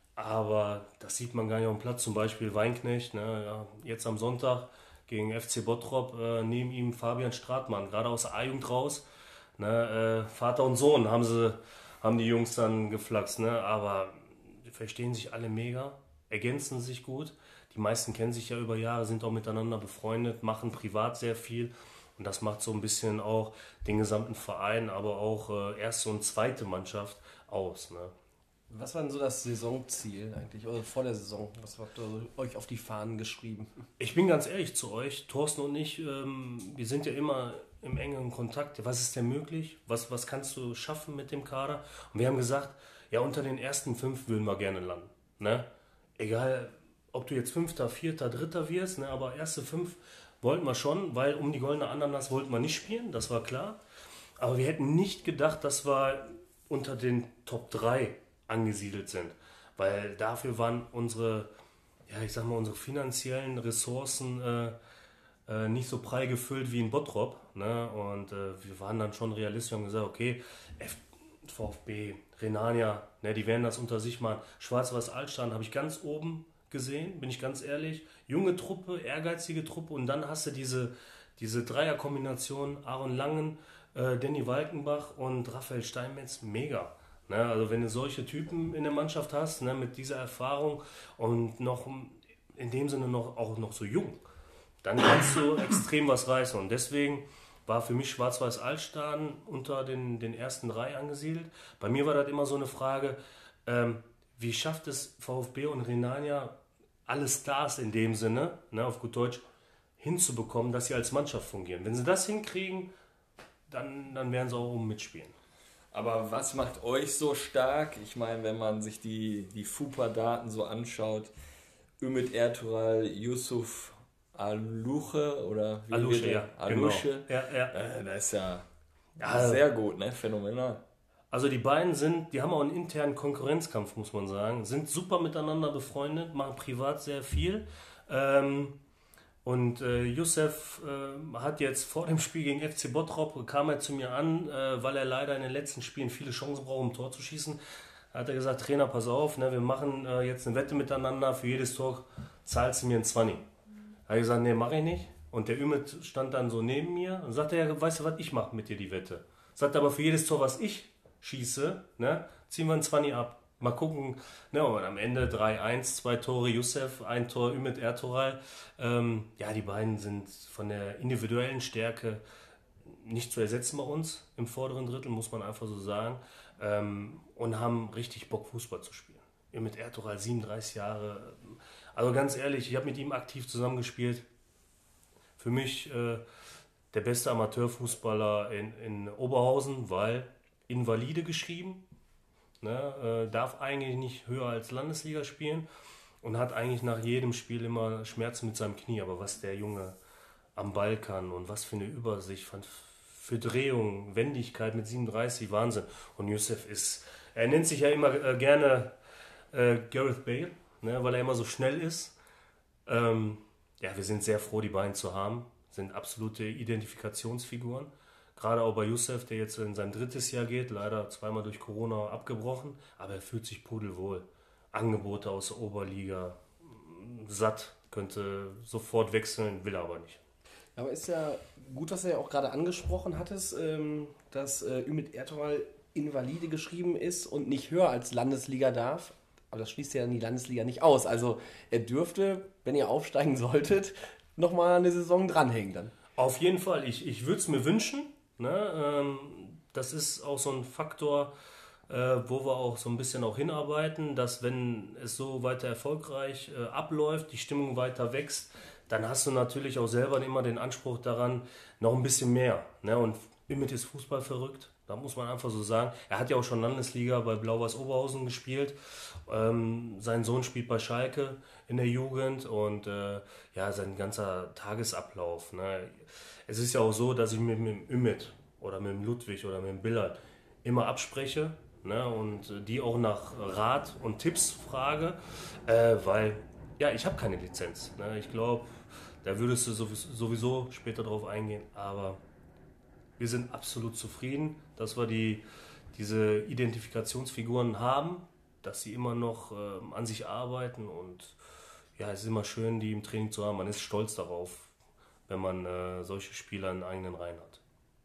aber das sieht man gar nicht auf dem Platz. Zum Beispiel Weinknecht, ne, ja, jetzt am Sonntag gegen F C Bottrop, äh, neben ihm Fabian Stratmann, gerade aus der A-Jugend raus. Ne, äh, Vater und Sohn haben sie, haben die Jungs dann geflaxt, ne, aber die verstehen sich alle mega, ergänzen sich gut. Die meisten kennen sich ja über Jahre, sind auch miteinander befreundet, machen privat sehr viel. Und das macht so ein bisschen auch den gesamten Verein, aber auch äh, erste und zweite Mannschaft aus. Ne? Was war denn so das Saisonziel eigentlich, oder vor der Saison? Was habt ihr euch auf die Fahnen geschrieben? Ich bin ganz ehrlich zu euch, Thorsten und ich, ähm, wir sind ja immer im engeren Kontakt. Was ist denn möglich? Was, was kannst du schaffen mit dem Kader? Und wir haben gesagt, ja, unter den ersten fünf würden wir gerne landen. Ne? Egal, ob du jetzt Fünfter, Vierter, Dritter wirst, ne? Aber erste fünf wollten wir schon, weil um die goldene Ananas wollten wir nicht spielen, das war klar. Aber wir hätten nicht gedacht, dass wir unter den Top drei angesiedelt sind. Weil dafür waren unsere, ja ich sag mal, unsere finanziellen Ressourcen äh, äh, nicht so prall gefüllt wie in Bottrop. Ne? Und äh, wir waren dann schon realistisch und haben gesagt, okay, F- VfB, Rhenania, ne, die werden das unter sich machen. Schwarz-Weiß-Altstein habe ich ganz oben gesehen, bin ich ganz ehrlich. Junge Truppe, ehrgeizige Truppe und dann hast du diese, diese Dreierkombination Aaron Langen, äh, Danny Walkenbach und Raphael Steinmetz, mega. Ne, also wenn du solche Typen in der Mannschaft hast, ne, mit dieser Erfahrung und noch in dem Sinne noch, auch noch so jung, dann kannst du extrem was reißen und deswegen war für mich Schwarz-Weiß-Altstein unter den, den ersten drei angesiedelt. Bei mir war das immer so eine Frage, ähm, wie schafft es VfB und Rhenania, alle Stars in dem Sinne, ne, auf gut Deutsch, hinzubekommen, dass sie als Mannschaft fungieren. Wenn sie das hinkriegen, dann, dann werden sie auch oben mitspielen. Aber was macht euch so stark? Ich meine, wenn man sich die, die FUPA-Daten so anschaut, Ümit Ertuğral, Yusuf Aluche oder wie Aluche, wird der? ja. Aluche. Genau. Ja, ja. Äh, das ist ja, Ja, sehr gut, ne? Phänomenal. Also die beiden sind, die haben auch einen internen Konkurrenzkampf, muss man sagen, sind super miteinander befreundet, machen privat sehr viel. Ähm, und äh, Youssef äh, hat jetzt vor dem Spiel gegen F C Bottrop, kam er zu mir an, äh, weil er leider in den letzten Spielen viele Chancen braucht, um ein Tor zu schießen. Da hat er gesagt, Trainer, pass auf, ne, wir machen äh, jetzt eine Wette miteinander, für jedes Tor zahlst du mir ein Zwanni. Da habe ich gesagt, nee, mache ich nicht. Und der Ümit stand dann so neben mir und sagte, ja, weißt du was, ich mache mit dir die Wette. Sagt aber, für jedes Tor, was ich schieße, ne, ziehen wir ein Zwanni ab. Mal gucken, ne, und am Ende drei eins, zwei Tore Youssef, ein Tor Ümit Ertuğral. Ähm, ja, die beiden sind von der individuellen Stärke nicht zu ersetzen bei uns im vorderen Drittel, muss man einfach so sagen. Ähm, und haben richtig Bock, Fußball zu spielen. Ümit Ertuğral, siebenunddreißig Jahre. Also ganz ehrlich, ich habe mit ihm aktiv zusammengespielt. Für mich äh, der beste Amateurfußballer in, in Oberhausen, weil Invalide geschrieben, ne, äh, darf eigentlich nicht höher als Landesliga spielen und hat eigentlich nach jedem Spiel immer Schmerzen mit seinem Knie. Aber was der Junge am Ball kann und was für eine Übersicht, für Drehung, Wendigkeit mit siebenunddreißig, Wahnsinn. Und Youssef ist, er nennt sich ja immer äh, gerne äh, Gareth Bale, ne, weil er immer so schnell ist. Ähm, ja, wir sind sehr froh, die beiden zu haben, sind absolute Identifikationsfiguren. Gerade auch bei Youssef, der jetzt in sein drittes Jahr geht, leider zweimal durch Corona abgebrochen, aber er fühlt sich pudelwohl. Angebote aus der Oberliga, satt, könnte sofort wechseln, will aber nicht. Aber ist ja gut, dass du ja auch gerade angesprochen hattest, dass Ümit Ertuğral Invalide geschrieben ist und nicht höher als Landesliga darf. Aber das schließt ja dann die Landesliga nicht aus. Also er dürfte, wenn ihr aufsteigen solltet, nochmal eine Saison dranhängen dann. Auf jeden Fall, ich, ich würde es mir wünschen. Ne? Ähm, das ist auch so ein Faktor, äh, wo wir auch so ein bisschen auch hinarbeiten, dass wenn es so weiter erfolgreich äh, abläuft, die Stimmung weiter wächst, dann hast du natürlich auch selber immer den Anspruch daran, noch ein bisschen mehr. Ne? Und Ümit ist Fußball verrückt, da muss man einfach so sagen. Er hat ja auch schon Landesliga bei Blau-Weiß Oberhausen gespielt. Ähm, sein Sohn spielt bei Schalke in der Jugend und äh, ja, sein ganzer Tagesablauf. Ne? Es ist ja auch so, dass ich mit, mit dem Ümit oder mit dem Ludwig oder mit dem Billard immer abspreche, ne? Und die auch nach Rat und Tipps frage, äh, weil ja, ich habe keine Lizenz. Ne? Ich glaube, da würdest du sowieso später drauf eingehen, aber wir sind absolut zufrieden, dass wir die, diese Identifikationsfiguren haben, dass sie immer noch äh, an sich arbeiten und ja, es ist immer schön, die im Training zu haben. Man ist stolz darauf, wenn man äh, solche Spieler in eigenen Reihen hat.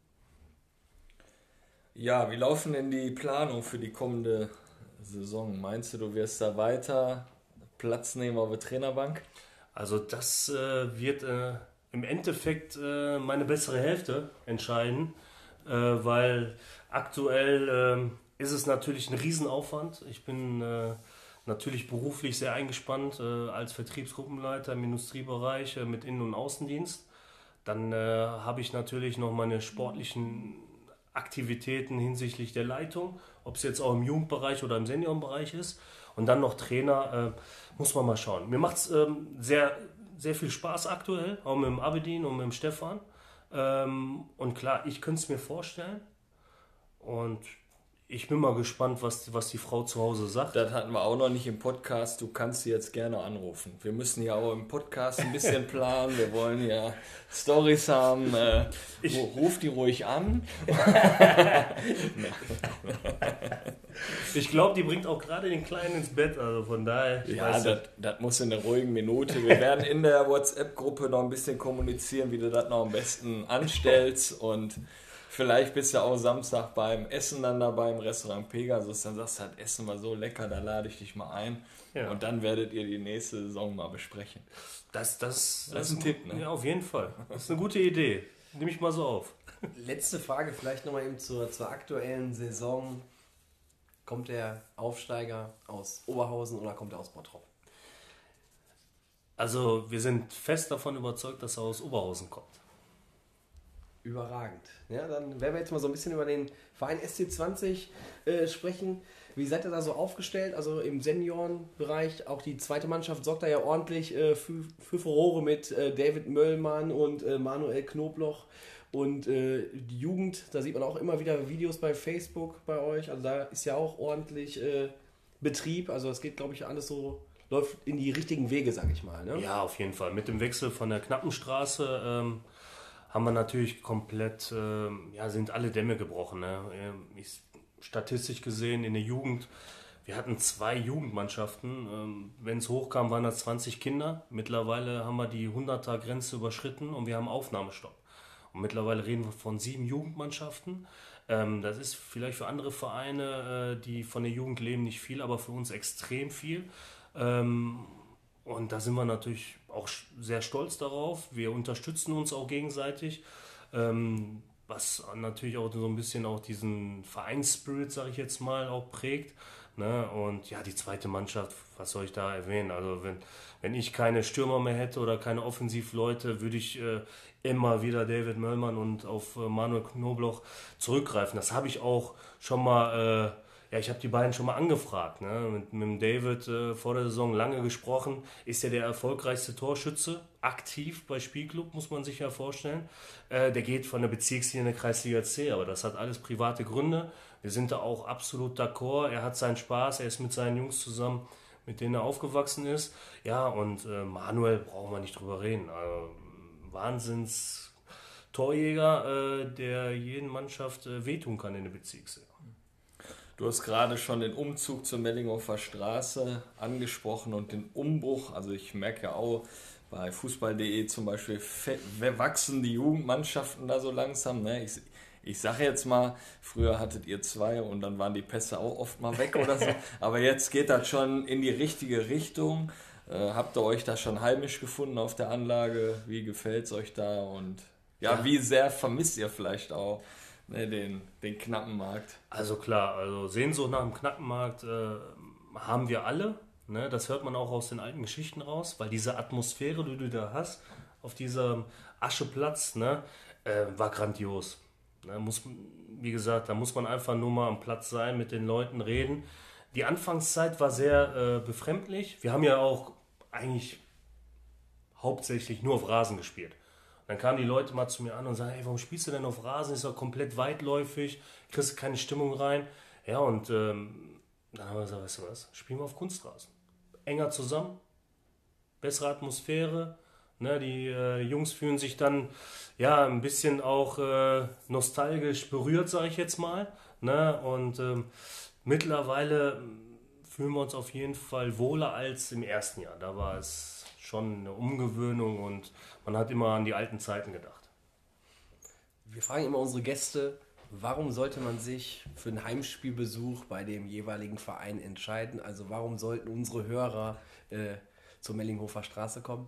Ja, wie laufen denn die Planungen für die kommende Saison? Meinst du, du wirst da weiter Platz nehmen auf der Trainerbank? Also das äh, wird äh, im Endeffekt äh, meine bessere Hälfte entscheiden, äh, weil aktuell äh, ist es natürlich ein Riesenaufwand. Ich bin äh, natürlich beruflich sehr eingespannt äh, als Vertriebsgruppenleiter im Industriebereich äh, mit Innen- und Außendienst. Dann äh, habe ich natürlich noch meine sportlichen Aktivitäten hinsichtlich der Leitung, ob es jetzt auch im Jugendbereich oder im Seniorenbereich ist. Und dann noch Trainer, äh, muss man mal schauen. Mir macht es ähm, sehr, sehr viel Spaß aktuell, auch mit dem Abedin und mit dem Stefan. Ähm, und klar, ich könnte es mir vorstellen. Und ich bin mal gespannt, was, was die Frau zu Hause sagt. Das hatten wir auch noch nicht im Podcast. Du kannst sie jetzt gerne anrufen. Wir müssen ja auch im Podcast ein bisschen planen. Wir wollen ja Storys haben. Äh, Ich- ruf die ruhig an. Ich glaube, die bringt auch gerade den Kleinen ins Bett, also von daher. ich Ja, weiß das, das muss in einer ruhigen Minute. Wir werden in der WhatsApp-Gruppe noch ein bisschen kommunizieren, wie du das noch am besten anstellst. Und vielleicht bist du auch Samstag beim Essen dann dabei im Restaurant Pegasus. Dann sagst du halt, Essen war so lecker, da lade ich dich mal ein. Ja. Und dann werdet ihr die nächste Saison mal besprechen. Das, das, Das ist ein Tipp, ne? Ja, auf jeden Fall. Das ist eine gute Idee. Nehme ich mal so auf. Letzte Frage vielleicht nochmal eben zur, zur aktuellen Saison. Kommt der Aufsteiger aus Oberhausen oder kommt er aus Bottrop? Also, wir sind fest davon überzeugt, dass er aus Oberhausen kommt. Überragend. Ja, dann werden wir jetzt mal so ein bisschen über den Verein S C zwanzig äh, sprechen. Wie seid ihr da so aufgestellt? Also im Seniorenbereich, auch die zweite Mannschaft sorgt da ja ordentlich äh, für, für Furore mit äh, David Möllmann und äh, Manuel Knobloch. Und äh, die Jugend, da sieht man auch immer wieder Videos bei Facebook bei euch. Also da ist ja auch ordentlich äh, Betrieb. Also es geht, glaube ich, alles so, läuft in die richtigen Wege, sag ich mal. Ne? Ja, auf jeden Fall. Mit dem Wechsel von der Knappenstraße ähm, haben wir natürlich komplett, ähm, ja, sind alle Dämme gebrochen. Ne? Ähm, Ich, statistisch gesehen in der Jugend, wir hatten zwei Jugendmannschaften. Ähm, Wenn es hochkam, waren das zwanzig Kinder. Mittlerweile haben wir die hunderter-Grenze überschritten und wir haben Aufnahmestopp. Und mittlerweile reden wir von sieben Jugendmannschaften. Ähm, das ist vielleicht für andere Vereine, äh, die von der Jugend leben, nicht viel, aber für uns extrem viel. Ähm, und da sind wir natürlich auch sch- sehr stolz darauf. Wir unterstützen uns auch gegenseitig, ähm, was natürlich auch so ein bisschen auch diesen Vereinsspirit, sage ich jetzt mal, auch prägt. Ne? Und ja, die zweite Mannschaft, was soll ich da erwähnen? Also wenn, wenn ich keine Stürmer mehr hätte oder keine Offensivleute, würde ich äh, immer wieder David Möllmann und auf äh, Manuel Knobloch zurückgreifen. Das habe ich auch schon mal, äh, ja, ich habe die beiden schon mal angefragt. Ne? Mit, mit dem David äh, vor der Saison lange gesprochen. Ist ja der erfolgreichste Torschütze, aktiv bei Spielclub, muss man sich ja vorstellen. Äh, der geht von der Bezirksliga in der Kreisliga C, aber das hat alles private Gründe. Wir sind da auch absolut d'accord. Er hat seinen Spaß, er ist mit seinen Jungs zusammen, mit denen er aufgewachsen ist. Ja, und äh, Manuel brauchen wir nicht drüber reden. Also, Wahnsinns Torjäger, äh, der jeden Mannschaft äh, wehtun kann in der Bezirksliga. Du hast gerade schon den Umzug zur Mellinghofer Straße angesprochen und den Umbruch. Also ich merke ja auch, bei Fußball punkt de zum Beispiel fe- wachsen die Jugendmannschaften da so langsam. Ne? Ich, ich sage jetzt mal, früher hattet ihr zwei und dann waren die Pässe auch oft mal weg oder so. Aber jetzt geht das schon in die richtige Richtung. Äh, habt ihr euch da schon heimisch gefunden auf der Anlage? Wie gefällt es euch da? Und ja, Ja. wie sehr vermisst ihr vielleicht auch ne, den, den knappen Markt? Also klar, also Sehnsucht nach dem Knappenmarkt äh, haben wir alle. Ne? Das hört man auch aus den alten Geschichten raus, weil diese Atmosphäre, die du da hast, auf diesem Ascheplatz, ne, äh, war grandios. Ne? Muss, wie gesagt, da muss man einfach nur mal am Platz sein, mit den Leuten reden. Die Anfangszeit war sehr äh, befremdlich. Wir haben ja auch eigentlich hauptsächlich nur auf Rasen gespielt. Dann kamen die Leute mal zu mir an und sagen, hey, warum spielst du denn auf Rasen? Ist doch komplett weitläufig, kriegst keine Stimmung rein. Ja, und ähm, dann haben wir gesagt, weißt du was, spielen wir auf Kunstrasen. Enger zusammen, bessere Atmosphäre. Ne, die äh, Jungs fühlen sich dann ja ein bisschen auch äh, nostalgisch berührt, sage ich jetzt mal. Ne? Und ähm, mittlerweile fühlen wir uns auf jeden Fall wohler als im ersten Jahr. Da war es schon eine Umgewöhnung und man hat immer an die alten Zeiten gedacht. Wir fragen immer unsere Gäste, warum sollte man sich für einen Heimspielbesuch bei dem jeweiligen Verein entscheiden? Also warum sollten unsere Hörer äh, zur Mellinghofer Straße kommen?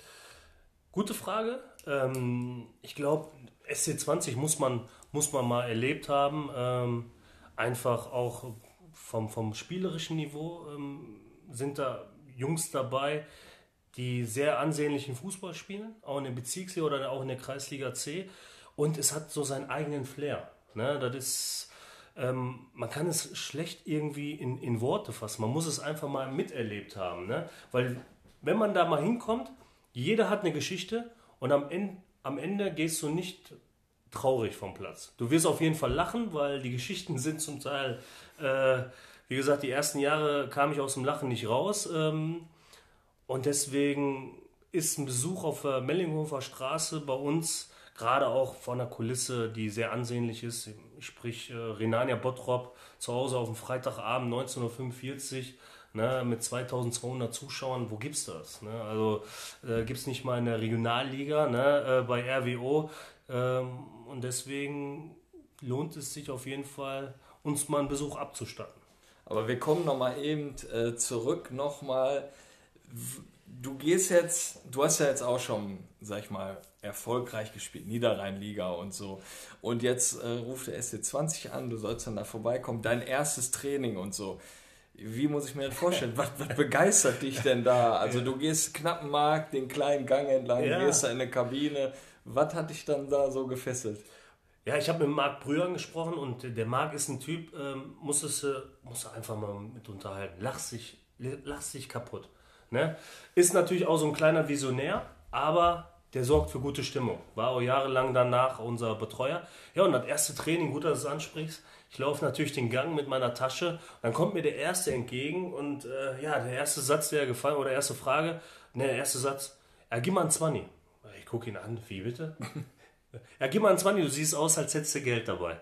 Gute Frage. Ähm, ich glaube, S C zwanzig muss man, muss man mal erlebt haben. Ähm, einfach auch vom, vom spielerischen Niveau ähm, sind da Jungs dabei, die sehr ansehnlichen Fußball spielen, auch in der Bezirksliga oder auch in der Kreisliga C. Und es hat so seinen eigenen Flair. Ne? Das ist, ähm, man kann es schlecht irgendwie in, in Worte fassen. Man muss es einfach mal miterlebt haben. Ne? Weil wenn man da mal hinkommt, jeder hat eine Geschichte und am Ende, am Ende gehst du nicht traurig vom Platz. Du wirst auf jeden Fall lachen, weil die Geschichten sind zum Teil, äh, wie gesagt, die ersten Jahre kam ich aus dem Lachen nicht raus. Ähm, und deswegen ist ein Besuch auf der Mellinghofer Straße bei uns, gerade auch vor einer Kulisse, die sehr ansehnlich ist, sprich äh, Rhenania Bottrop, zu Hause auf dem Freitagabend neunzehn Uhr fünfundvierzig, ne, mit zweitausendzweihundert Zuschauern, wo gibt's das? Ne? Also äh, gibt's nicht mal in der Regionalliga, ne, äh, bei R W O. Ähm, und deswegen lohnt es sich auf jeden Fall, uns mal einen Besuch abzustatten. Aber wir kommen nochmal eben äh, zurück, nochmal. Du gehst jetzt, du hast ja jetzt auch schon, sag ich mal, erfolgreich gespielt, Niederrheinliga und so. Und jetzt äh, ruft der S C zwanzig an, du sollst dann da vorbeikommen, dein erstes Training und so. Wie muss ich mir das vorstellen? was, was begeistert dich denn da? Also du gehst Knappenmarkt, den kleinen Gang entlang, ja. Gehst da in eine Kabine. Was hat dich dann da so gefesselt? Ja, ich habe mit Marc Brühern gesprochen und der Marc ist ein Typ, ähm, muss es äh, muss einfach mal mit unterhalten. Lachst dich, lachst dich kaputt. Ne? Ist natürlich auch so ein kleiner Visionär, aber der sorgt für gute Stimmung. War auch jahrelang danach unser Betreuer. Ja, und das erste Training, gut, dass du es ansprichst. Ich laufe natürlich den Gang mit meiner Tasche. Dann kommt mir der Erste entgegen und äh, ja, der erste Satz, der gefallen, oder erste Frage, ne, der erste Satz, ja, gib mal einen Zwanni. Ich gucke ihn an, wie bitte? Ja, gib mal einen Zwanni, du siehst aus, als hättest du Geld dabei.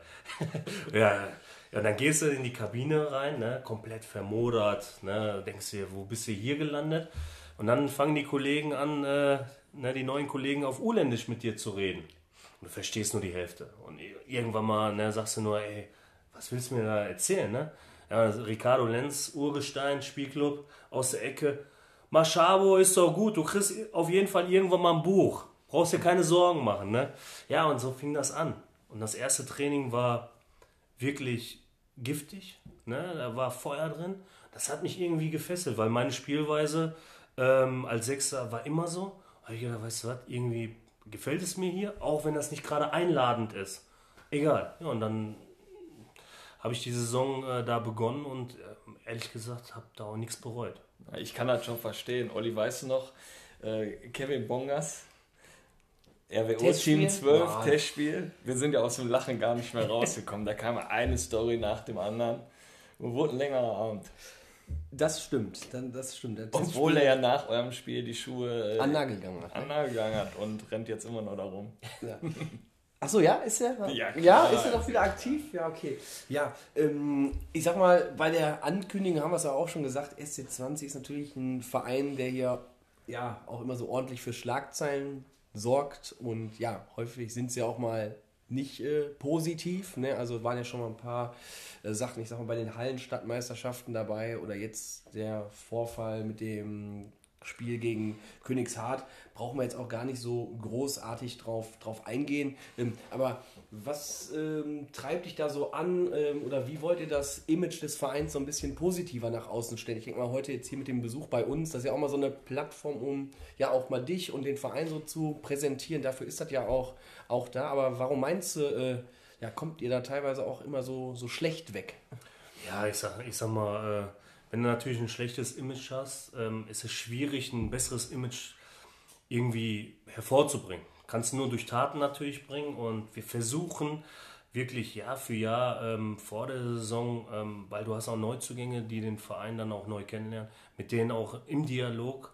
ja, ja, dann gehst du in die Kabine rein, ne, komplett vermodert, ne, denkst dir, wo bist du hier gelandet? Und dann fangen die Kollegen an, äh, ne, die neuen Kollegen auf Urländisch mit dir zu reden. Und du verstehst nur die Hälfte. Und irgendwann mal, ne, sagst du nur, ey, was willst du mir da erzählen, ne? Ja, also Ricardo Lenz, Urgestein, Spielclub, aus der Ecke. Maschabo ist doch gut, du kriegst auf jeden Fall irgendwann mal ein Buch. Brauchst dir keine Sorgen machen, ne? Ja, und so fing das an. Und das erste Training war wirklich giftig, ne? Da war Feuer drin. Das hat mich irgendwie gefesselt, weil meine Spielweise ähm, als Sechser war immer so. Da habe ich gedacht, weißt du was, irgendwie gefällt es mir hier, auch wenn das nicht gerade einladend ist. Egal. Ja, und dann habe ich die Saison äh, da begonnen und äh, ehrlich gesagt habe da auch nichts bereut. Ich kann das schon verstehen. Olli, weißt du noch, äh, Kevin Bongas, R W O Team zwölf, wow. Testspiel. Wir sind ja aus dem Lachen gar nicht mehr rausgekommen. Da kam eine Story nach dem anderen und wurde ein längerer Abend. Das stimmt, dann, das stimmt. Das Obwohl er ja nach eurem Spiel die Schuhe äh, an Nagel gegangen hat. An Nagel gegangen hat und rennt jetzt immer noch da rum. Ja. Achso, ja, ist er? Ja, klar. Ja, ist er doch wieder aktiv? Ja, okay. Ja, ähm, ich sag mal, bei der Ankündigung haben wir es ja auch schon gesagt, S C zwanzig ist natürlich ein Verein, der hier ja auch immer so ordentlich für Schlagzeilen sorgt und ja, häufig sind sie auch mal nicht äh, positiv, ne? Also waren ja schon mal ein paar äh, Sachen, ich sag mal bei den Hallenstadtmeisterschaften dabei oder jetzt der Vorfall mit dem Spiel gegen Königshardt, brauchen wir jetzt auch gar nicht so großartig drauf, drauf eingehen. Ähm, aber was ähm, treibt dich da so an ähm, oder wie wollt ihr das Image des Vereins so ein bisschen positiver nach außen stellen? Ich denke mal, heute jetzt hier mit dem Besuch bei uns, das ist ja auch mal so eine Plattform, um ja auch mal dich und den Verein so zu präsentieren. Dafür ist das ja auch, auch da. Aber warum meinst du, äh, ja, kommt ihr da teilweise auch immer so, so schlecht weg? Ja, ich sag, ich sag mal, äh wenn du natürlich ein schlechtes Image hast, ähm, ist es schwierig, ein besseres Image irgendwie hervorzubringen. Kannst du nur durch Taten natürlich bringen und wir versuchen wirklich Jahr für Jahr ähm, vor der Saison, ähm, weil du hast auch Neuzugänge, die den Verein dann auch neu kennenlernen, mit denen auch im Dialog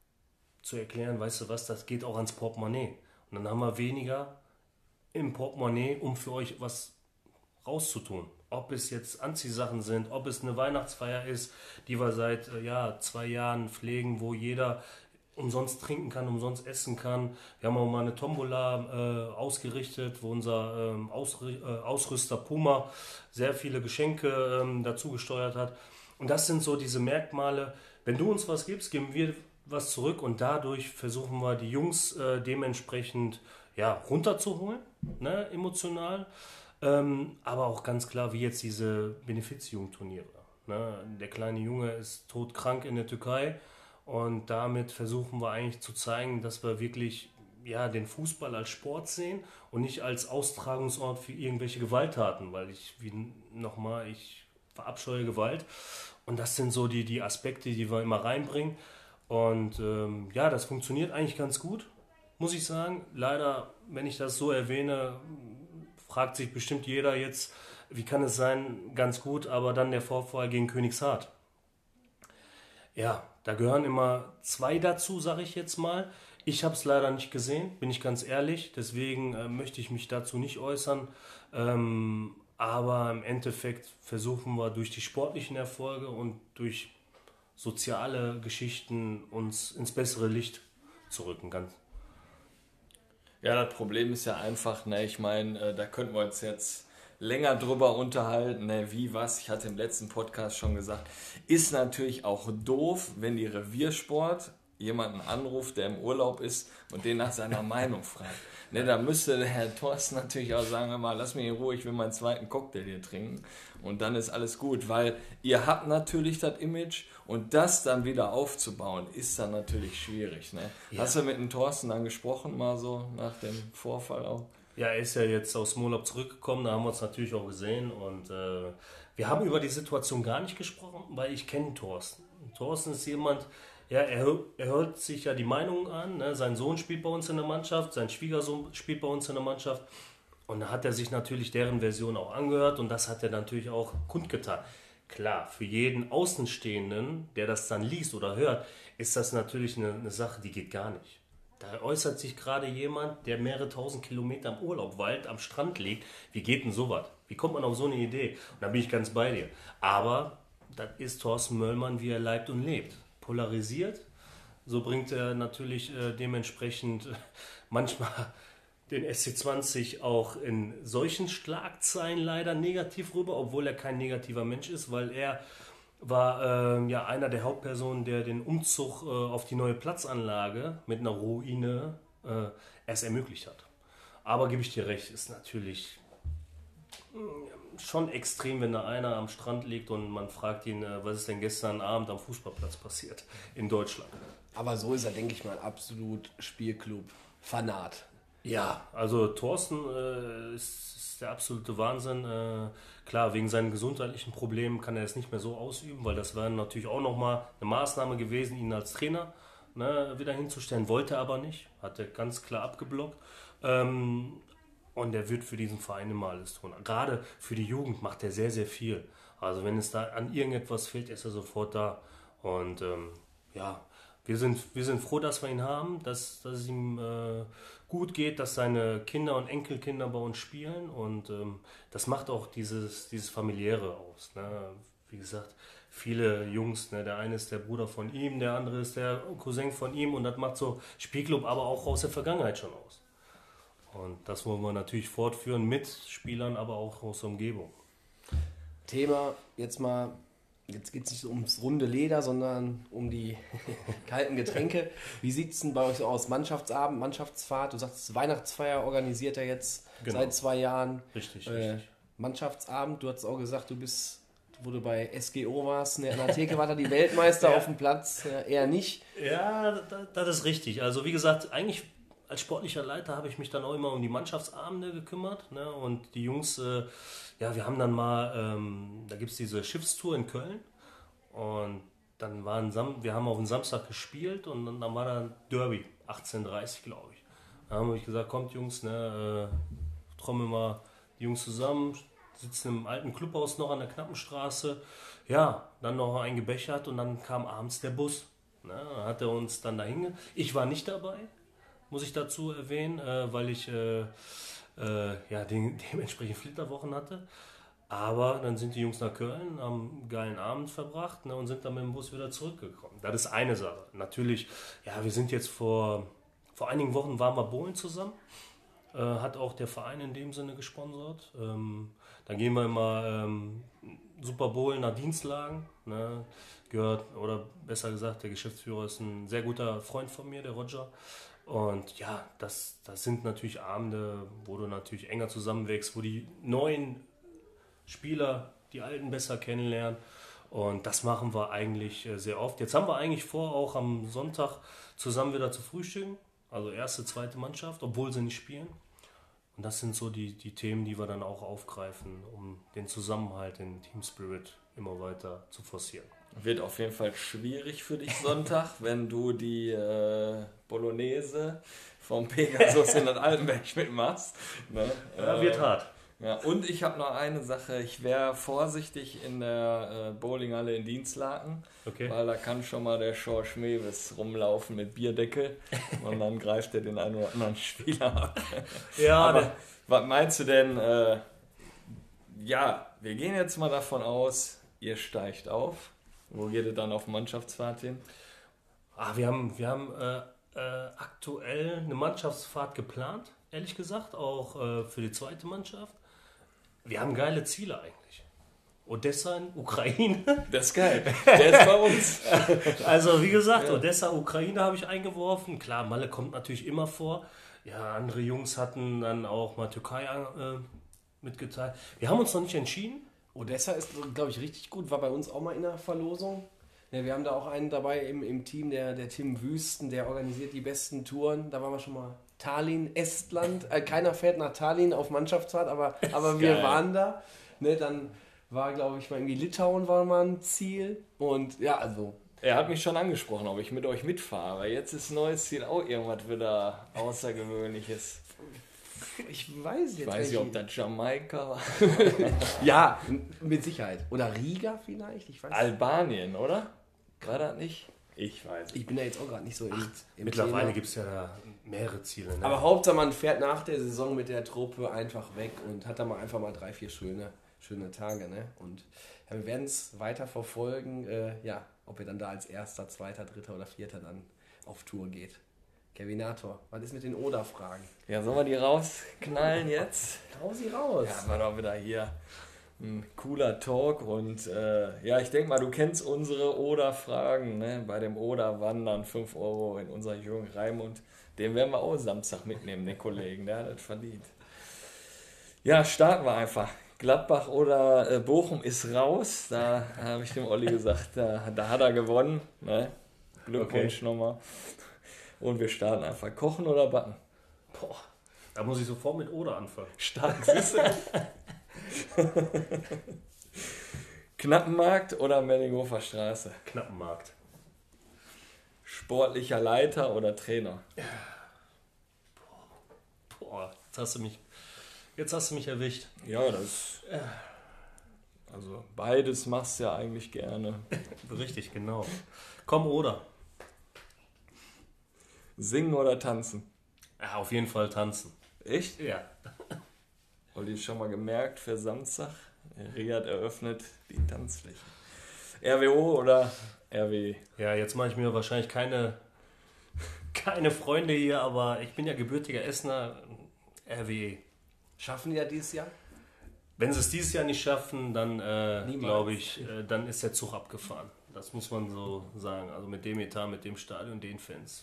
zu erklären, weißt du was, das geht auch ans Portemonnaie. Und dann haben wir weniger im Portemonnaie, um für euch was rauszutun. Ob es jetzt Anziehsachen sind, ob es eine Weihnachtsfeier ist, die wir seit äh, ja, zwei Jahren pflegen, wo jeder umsonst trinken kann, umsonst essen kann. Wir haben auch mal eine Tombola äh, ausgerichtet, wo unser ähm, Ausri- äh, Ausrüster Puma sehr viele Geschenke ähm, dazu gesteuert hat. Und das sind so diese Merkmale. Wenn du uns was gibst, geben wir was zurück und dadurch versuchen wir die Jungs äh, dementsprechend ja, runterzuholen, ne, emotional. Ähm, aber auch ganz klar, wie jetzt diese Benefizjugendturniere. Ne? Der kleine Junge ist todkrank in der Türkei und damit versuchen wir eigentlich zu zeigen, dass wir wirklich ja, den Fußball als Sport sehen und nicht als Austragungsort für irgendwelche Gewalttaten, weil ich, wie nochmal, ich verabscheue Gewalt und das sind so die, die Aspekte, die wir immer reinbringen und ähm, ja, das funktioniert eigentlich ganz gut, muss ich sagen. Leider, wenn ich das so erwähne, fragt sich bestimmt jeder jetzt, wie kann es sein, ganz gut, aber dann der Vorfall gegen Königshardt. Ja, da gehören immer zwei dazu, sage ich jetzt mal. Ich habe es leider nicht gesehen, bin ich ganz ehrlich, deswegen äh, möchte ich mich dazu nicht äußern. Ähm, aber im Endeffekt versuchen wir durch die sportlichen Erfolge und durch soziale Geschichten uns ins bessere Licht zu rücken. Ganz. Ja, das Problem ist ja einfach, ne, ich meine, äh, da könnten wir uns jetzt länger drüber unterhalten, ne, wie was, ich hatte im letzten Podcast schon gesagt, ist natürlich auch doof, wenn die Reviersport jemanden anruft, der im Urlaub ist und den nach seiner Meinung fragt. Ne, da müsste der Herr Thorsten natürlich auch sagen, hör mal, lass mich in Ruhe, ich will meinen zweiten Cocktail hier trinken und dann ist alles gut, weil ihr habt natürlich das Image und das dann wieder aufzubauen, ist dann natürlich schwierig. Ne? Ja. Hast du mit dem Thorsten dann gesprochen, mal so nach dem Vorfall auch? Ja, er ist ja jetzt aus dem Urlaub zurückgekommen, da haben wir uns natürlich auch gesehen und äh, wir haben über die Situation gar nicht gesprochen, weil ich kenne Thorsten. Thorsten ist jemand, ja, er, er hört sich ja die Meinungen an, ne? Sein Sohn spielt bei uns in der Mannschaft, sein Schwiegersohn spielt bei uns in der Mannschaft und da hat er sich natürlich deren Version auch angehört und das hat er natürlich auch kundgetan. Klar, für jeden Außenstehenden, der das dann liest oder hört, ist das natürlich eine, eine Sache, die geht gar nicht. Da äußert sich gerade jemand, der mehrere tausend Kilometer im Urlaub, Wald, am Strand liegt. Wie geht denn sowas? Wie kommt man auf so eine Idee? Und da bin ich ganz bei dir. Aber das ist Thorsten Möllmann, wie er leibt und lebt. Polarisiert. So bringt er natürlich äh, dementsprechend äh, manchmal den S C zwanzig auch in solchen Schlagzeilen leider negativ rüber, obwohl er kein negativer Mensch ist, weil er war äh, ja einer der Hauptpersonen, der den Umzug äh, auf die neue Platzanlage mit einer Ruine äh, erst ermöglicht hat. Aber gebe ich dir recht, ist natürlich mh, schon extrem, wenn da einer am Strand liegt und man fragt ihn, äh, was ist denn gestern Abend am Fußballplatz passiert in Deutschland. Aber so ist er, denke ich mal, absolut Spielclub-Fanat. Ja, also Thorsten äh, ist, ist der absolute Wahnsinn. Äh, klar, wegen seinen gesundheitlichen Problemen kann er es nicht mehr so ausüben, weil das wäre natürlich auch nochmal eine Maßnahme gewesen, ihn als Trainer ne, wieder hinzustellen. Wollte er aber nicht, hat er ganz klar abgeblockt. Ähm, und er wird für diesen Verein immer alles tun. Gerade für die Jugend macht er sehr, sehr viel. Also wenn es da an irgendetwas fehlt, ist er sofort da. Und ähm, ja, wir sind, wir sind froh, dass wir ihn haben, dass, dass es ihm äh, gut geht, dass seine Kinder und Enkelkinder bei uns spielen und ähm, das macht auch dieses, dieses Familiäre aus. Ne? Wie gesagt, viele Jungs, ne? Der eine ist der Bruder von ihm, der andere ist der Cousin von ihm und das macht so Spielclub aber auch aus der Vergangenheit schon aus. Und das wollen wir natürlich fortführen mit Spielern, aber auch aus der Umgebung. Thema jetzt mal... Jetzt geht es nicht ums runde Leder, sondern um die kalten Getränke. Wie sieht es denn bei euch so aus? Mannschaftsabend, Mannschaftsfahrt? Du sagst, Weihnachtsfeier organisiert er jetzt genau. Seit zwei Jahren. Richtig, äh, richtig. Mannschaftsabend, du hast auch gesagt, du bist, wo du bei S G O warst, in der Theke war da die Weltmeister ja. Auf dem Platz, ja, eher nicht. Ja, das, das ist richtig. Also wie gesagt, eigentlich als sportlicher Leiter habe ich mich dann auch immer um die Mannschaftsabende gekümmert. Ne? Und die Jungs... Äh, Ja, wir haben dann mal, ähm, da gibt es diese Schiffstour in Köln und dann war ein Sam- wir haben auf den Samstag gespielt und dann, dann war da ein Derby, achtzehn Uhr dreißig glaube ich. Da haben wir gesagt, kommt Jungs, ne, äh, trommeln wir die Jungs zusammen, sitzen im alten Clubhaus noch an der Knappenstraße. Ja, dann noch eingebechert und dann kam abends der Bus. Ne, dann hat er uns dann dahin, ich war nicht dabei, muss ich dazu erwähnen, äh, weil ich... Äh, Äh, ja, de- dementsprechend Flitterwochen hatte. Aber dann sind die Jungs nach Köln, haben einen geilen Abend verbracht ne, und sind dann mit dem Bus wieder zurückgekommen. Das ist eine Sache. Natürlich, ja, wir sind jetzt vor, vor einigen Wochen waren wir bowlen zusammen. Äh, hat auch der Verein in dem Sinne gesponsert. Ähm, dann gehen wir immer ähm, super bowlen nach Dienstlagen. Ne, gehört, oder besser gesagt, der Geschäftsführer ist ein sehr guter Freund von mir, der Roger. Und ja, das, das sind natürlich Abende, wo du natürlich enger zusammenwächst, wo die neuen Spieler die Alten besser kennenlernen. Und das machen wir eigentlich sehr oft. Jetzt haben wir eigentlich vor, auch am Sonntag zusammen wieder zu frühstücken. Also erste, zweite Mannschaft, obwohl sie nicht spielen. Und das sind so die, die Themen, die wir dann auch aufgreifen, um den Zusammenhalt, den Team Spirit immer weiter zu forcieren. Wird auf jeden Fall schwierig für dich Sonntag, wenn du die äh, Bolognese vom Pegasus in den Altenberg mitmachst. Ne? Ja, wird hart. Ja, und ich habe noch eine Sache, ich wäre vorsichtig in der äh, Bowlinghalle in Dienstlaken, Okay. weil da kann schon mal der Schorsch Mewes rumlaufen mit Bierdeckel und dann greift er den einen oder anderen Spieler ab. Ja, Aber der, was meinst du denn, äh, ja, wir gehen jetzt mal davon aus, ihr steigt auf. Wo geht ihr dann auf Mannschaftsfahrt hin? ah, wir haben, wir haben äh, äh, aktuell eine Mannschaftsfahrt geplant, ehrlich gesagt, auch äh, für die zweite Mannschaft. Wir haben geile Ziele eigentlich. Odessa in Ukraine. Das ist geil, der ist bei uns. Also wie gesagt, Ja. Odessa, Ukraine habe ich eingeworfen. Klar, Malle kommt natürlich immer vor. Ja, andere Jungs hatten dann auch mal Türkei äh, mitgeteilt. Wir haben uns noch nicht entschieden. Odessa ist, glaube ich, richtig gut. War bei uns auch mal in der Verlosung. Ja, wir haben da auch einen dabei im, im Team, der, der Tim Wüsten, der organisiert die besten Touren. Da waren wir schon mal Tallinn, Estland. Äh, keiner fährt nach Tallinn auf Mannschaftsfahrt, aber, aber wir geil. waren da. Ne, dann war, glaube ich, mal irgendwie Litauen war mal ein Ziel. Und ja, also Er hat mich schon angesprochen, ob ich mit euch mitfahre. Aber jetzt ist neues Ziel auch irgendwas wieder Außergewöhnliches. ich weiß jetzt Ich weiß nicht, ob welche- das Jamaika war. Ja, mit Sicherheit. Oder Riga vielleicht? Ich weiß Albanien, oder? War das nicht? Ich weiß. Ich bin da jetzt auch gerade nicht so im, im Mittlerweile Thema. gibt es ja da mehrere Ziele. Ne? Aber Hauptsache, man fährt nach der Saison mit der Truppe einfach weg und hat da mal einfach mal drei, vier schöne, schöne Tage. Ne? Und ja, wir werden es weiter verfolgen, äh, ja, ob ihr dann da als Erster, Zweiter, Dritter oder Vierter dann auf Tour geht. Kevinator, was ist mit den Oder-Fragen? Ja, sollen wir die rausknallen jetzt? Hau sie raus! Ja, war doch wieder hier ein cooler Talk und äh, ja, ich denke mal, du kennst unsere Oder-Fragen, ne? Bei dem Oder-Wandern fünf Euro in unser Jürgen Raimund. Den werden wir auch Samstag mitnehmen, den Kollegen, der hat das verdient. Ja, starten wir einfach. Gladbach oder äh, Bochum ist raus, da habe ich dem Olli gesagt, da, da hat er gewonnen. Ne? Glückwunsch nochmal. Und wir starten einfach. Kochen oder backen? Boah, da muss ich sofort mit Oder anfangen. Stark, siehst du? Knappenmarkt oder Mellinghofer Straße? Knappenmarkt. Sportlicher Leiter oder Trainer? Boah, jetzt hast du mich, jetzt hast du mich erwischt. Ja, das. Also beides machst du ja eigentlich gerne. Richtig, genau. Komm, Oder. Singen oder tanzen? Ja, auf jeden Fall tanzen. Echt? Ja. Olli schon mal gemerkt für Samstag? Riyad eröffnet die Tanzfläche. R W O oder R W? Ja, jetzt mache ich mir wahrscheinlich keine, keine Freunde hier, aber ich bin ja gebürtiger Essener. R W E. Schaffen die ja dieses Jahr? Wenn sie es dieses Jahr nicht schaffen, dann äh, Niemals. glaube ich, äh, dann ist der Zug abgefahren. Das muss man so sagen. Also mit dem Etat, mit dem Stadion, den Fans.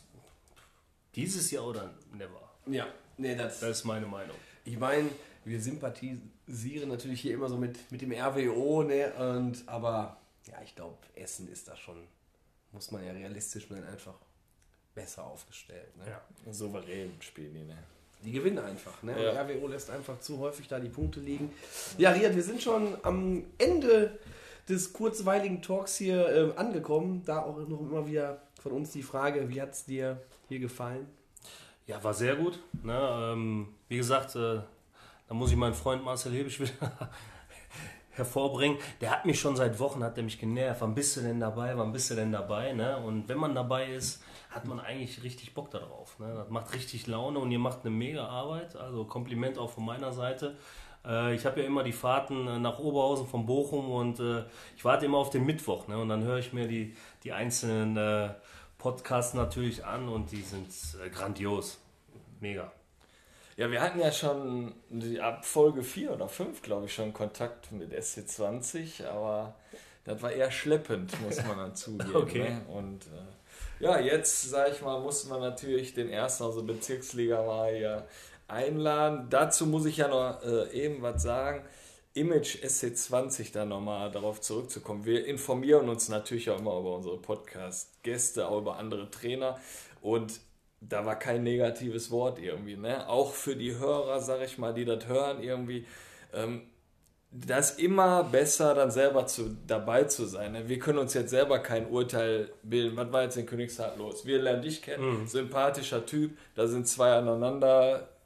Dieses Jahr oder never. Ja, nee, das, Das ist meine Meinung. ich meine, wir sympathisieren natürlich hier immer so mit, mit dem R W O, ne? Und, aber ja, ich glaube, Essen ist da schon, muss man ja realistisch sein, einfach besser aufgestellt. Ne? Ja. Souverän spielen die, ne? Die gewinnen einfach. Ne? Ja. Und R W O lässt einfach zu häufig da die Punkte liegen. Ja, Riyad, wir sind schon am Ende des kurzweiligen Talks hier ähm, angekommen. Da auch noch immer wieder von uns die Frage, wie hat es dir hier gefallen? Ja, war sehr gut. Ne? Ähm, wie gesagt, äh, da muss ich meinen Freund Marcel Hebisch wieder hervorbringen. Der hat mich schon seit Wochen, hat der mich genervt. Wann bist du denn dabei? Wann bist du denn dabei? Ne? Und wenn man dabei ist, hat man eigentlich richtig Bock darauf. Ne? Das macht richtig Laune und ihr macht eine mega Arbeit. Also Kompliment auch von meiner Seite. Äh, ich habe ja immer die Fahrten äh, nach Oberhausen von Bochum und äh, ich warte immer auf den Mittwoch. Ne? Und dann höre ich mir die, die einzelnen äh, Podcasts natürlich an und die sind äh, grandios. Mega. Ja, wir hatten ja schon die, ab Folge vier oder fünf, glaube ich, schon Kontakt mit S C zwanzig, aber das war eher schleppend, muss man dann zugeben. Okay. Ne? Und äh, ja, jetzt, sag ich mal, mussten wir natürlich den ersten, also Bezirksliga mal hier einladen. Dazu muss ich ja noch äh, eben was sagen. Image S C zwanzig da nochmal darauf zurückzukommen. Wir informieren uns natürlich auch immer über unsere Podcast-Gäste, auch über andere Trainer und da war kein negatives Wort irgendwie, ne? Auch für die Hörer, sag ich mal, die das hören irgendwie, ähm, das ist immer besser, dann selber zu, dabei zu sein. Ne? Wir können uns jetzt selber kein Urteil bilden. Was war jetzt in Königshardt los? Wir lernen dich kennen, Mhm. sympathischer Typ, da sind zwei aneinander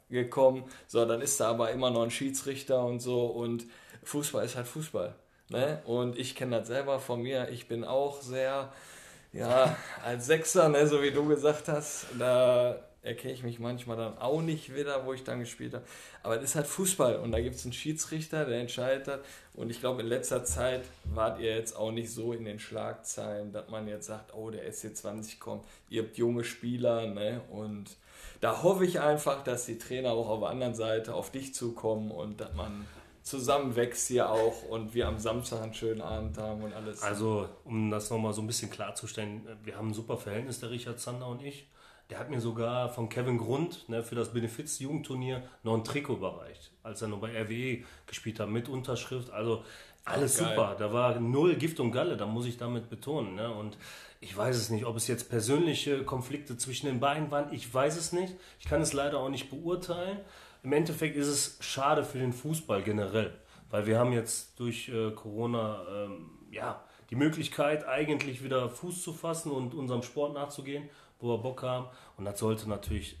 gekommen. So, dann ist da aber immer noch ein Schiedsrichter und so und Fußball ist halt Fußball. Ne? Und ich kenne das selber von mir. Ich bin auch sehr, ja, als Sechser, ne, so wie du gesagt hast, da erkenne ich mich manchmal dann auch nicht wieder, wo ich dann gespielt habe. Aber es ist halt Fußball und da gibt es einen Schiedsrichter, der entscheidet hat. Und ich glaube, in letzter Zeit wart ihr jetzt auch nicht so in den Schlagzeilen, dass man jetzt sagt, oh, der S C zwanzig kommt, ihr habt junge Spieler, ne? Und da hoffe ich einfach, dass die Trainer auch auf der anderen Seite auf dich zukommen und dass man zusammen wächst hier auch und wir am Samstag einen schönen Abend haben und alles. Also, um das nochmal so ein bisschen klarzustellen, wir haben ein super Verhältnis, der Richard Zander und ich. Der hat mir sogar von Kevin Grund, ne, für das Benefiz-Jugendturnier noch ein Trikot überreicht, als er noch bei R W E gespielt hat, mit Unterschrift. Also alles Ach, super. Da war null Gift und Galle, da muss ich damit betonen. Ne? Und ich weiß es nicht, ob es jetzt persönliche Konflikte zwischen den beiden waren. Ich weiß es nicht. Ich kann es leider auch nicht beurteilen. Im Endeffekt ist es schade für den Fußball generell, weil wir haben jetzt durch äh, Corona ähm, ja, die Möglichkeit, eigentlich wieder Fuß zu fassen und unserem Sport nachzugehen, wo wir Bock haben. Und das sollte natürlich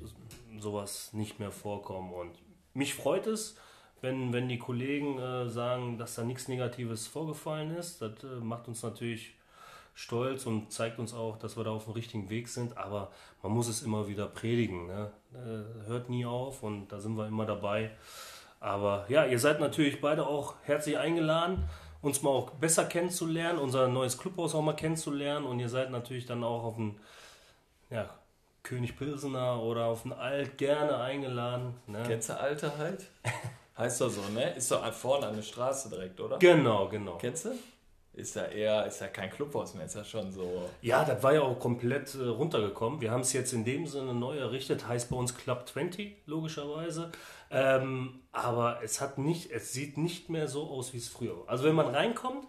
sowas nicht mehr vorkommen. Und mich freut es, wenn, wenn die Kollegen äh, sagen, dass da nichts Negatives vorgefallen ist. Das äh, macht uns natürlich stolz und zeigt uns auch, dass wir da auf dem richtigen Weg sind. Aber man muss es immer wieder predigen. Ne? Äh, hört nie auf und da sind wir immer dabei. Aber ja, ihr seid natürlich beide auch herzlich eingeladen, uns mal auch besser kennenzulernen, unser neues Clubhaus auch mal kennenzulernen. Und ihr seid natürlich dann auch auf ein ja, König Pilsener oder auf den Alt gerne eingeladen. Ne? Kennst du Alte halt? Heißt doch so, ne? Ist doch vorne an der Straße direkt, oder? Genau, genau. Kennst du? Ist ja eher, ist ja kein Clubhaus mehr, ist ja schon so. Ja, das war ja auch komplett äh, runtergekommen. Wir haben es jetzt in dem Sinne neu errichtet, heißt bei uns Club zwanzig, logischerweise. Ähm, aber es hat nicht, es sieht nicht mehr so aus, wie es früher war. Also wenn man reinkommt,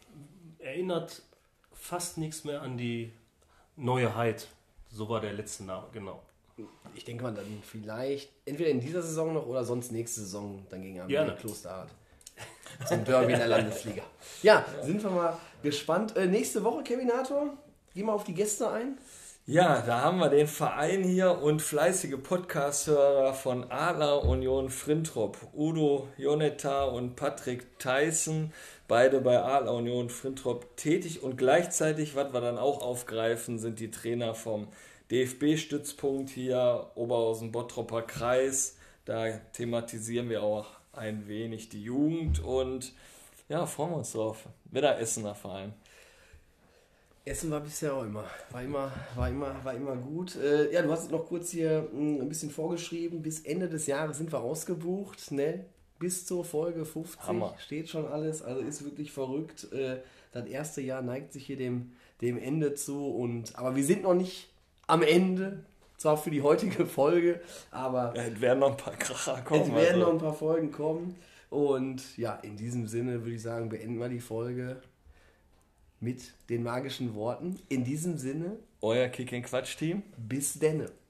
erinnert fast nichts mehr an die neue Hyde. So war der letzte Name, genau. Ich denke mal dann vielleicht entweder in dieser Saison noch oder sonst nächste Saison dann gegen Arminia Klosterhardt. Zum Derby in der Landesliga. Ja, sind wir mal gespannt. Äh, nächste Woche, Kevinator, geh mal auf die Gäste ein. Ja, da haben wir den Verein hier und fleißige Podcast-Hörer von Adler Union Frintrop. Udo Joneta und Patrick Theissen, beide bei Adler Union Frintrop tätig. Und gleichzeitig, was wir dann auch aufgreifen, sind die Trainer vom D F B-Stützpunkt hier, Oberhausen-Bottropper Kreis. Da thematisieren wir auch ein wenig die Jugend und ja, freuen wir uns drauf. Wieder Essener Verein. Essen war bisher auch immer. War immer, war immer, war immer gut. Äh, ja, du hast noch kurz hier mh, ein bisschen vorgeschrieben. Bis Ende des Jahres sind wir ausgebucht. Ne? Bis zur Folge fünfzig Hammer. Steht schon alles. Also ist wirklich verrückt. Äh, das erste Jahr neigt sich hier dem, dem Ende zu. Und, aber wir sind noch nicht am Ende. Zwar für die heutige Folge, aber ja, es werden noch ein paar Kracher kommen. es werden also. noch ein paar Folgen kommen. Und ja, in diesem Sinne würde ich sagen, beenden wir die Folge mit den magischen Worten. In diesem Sinne, Euer Kick-and-Quatsch-Team. bis denne.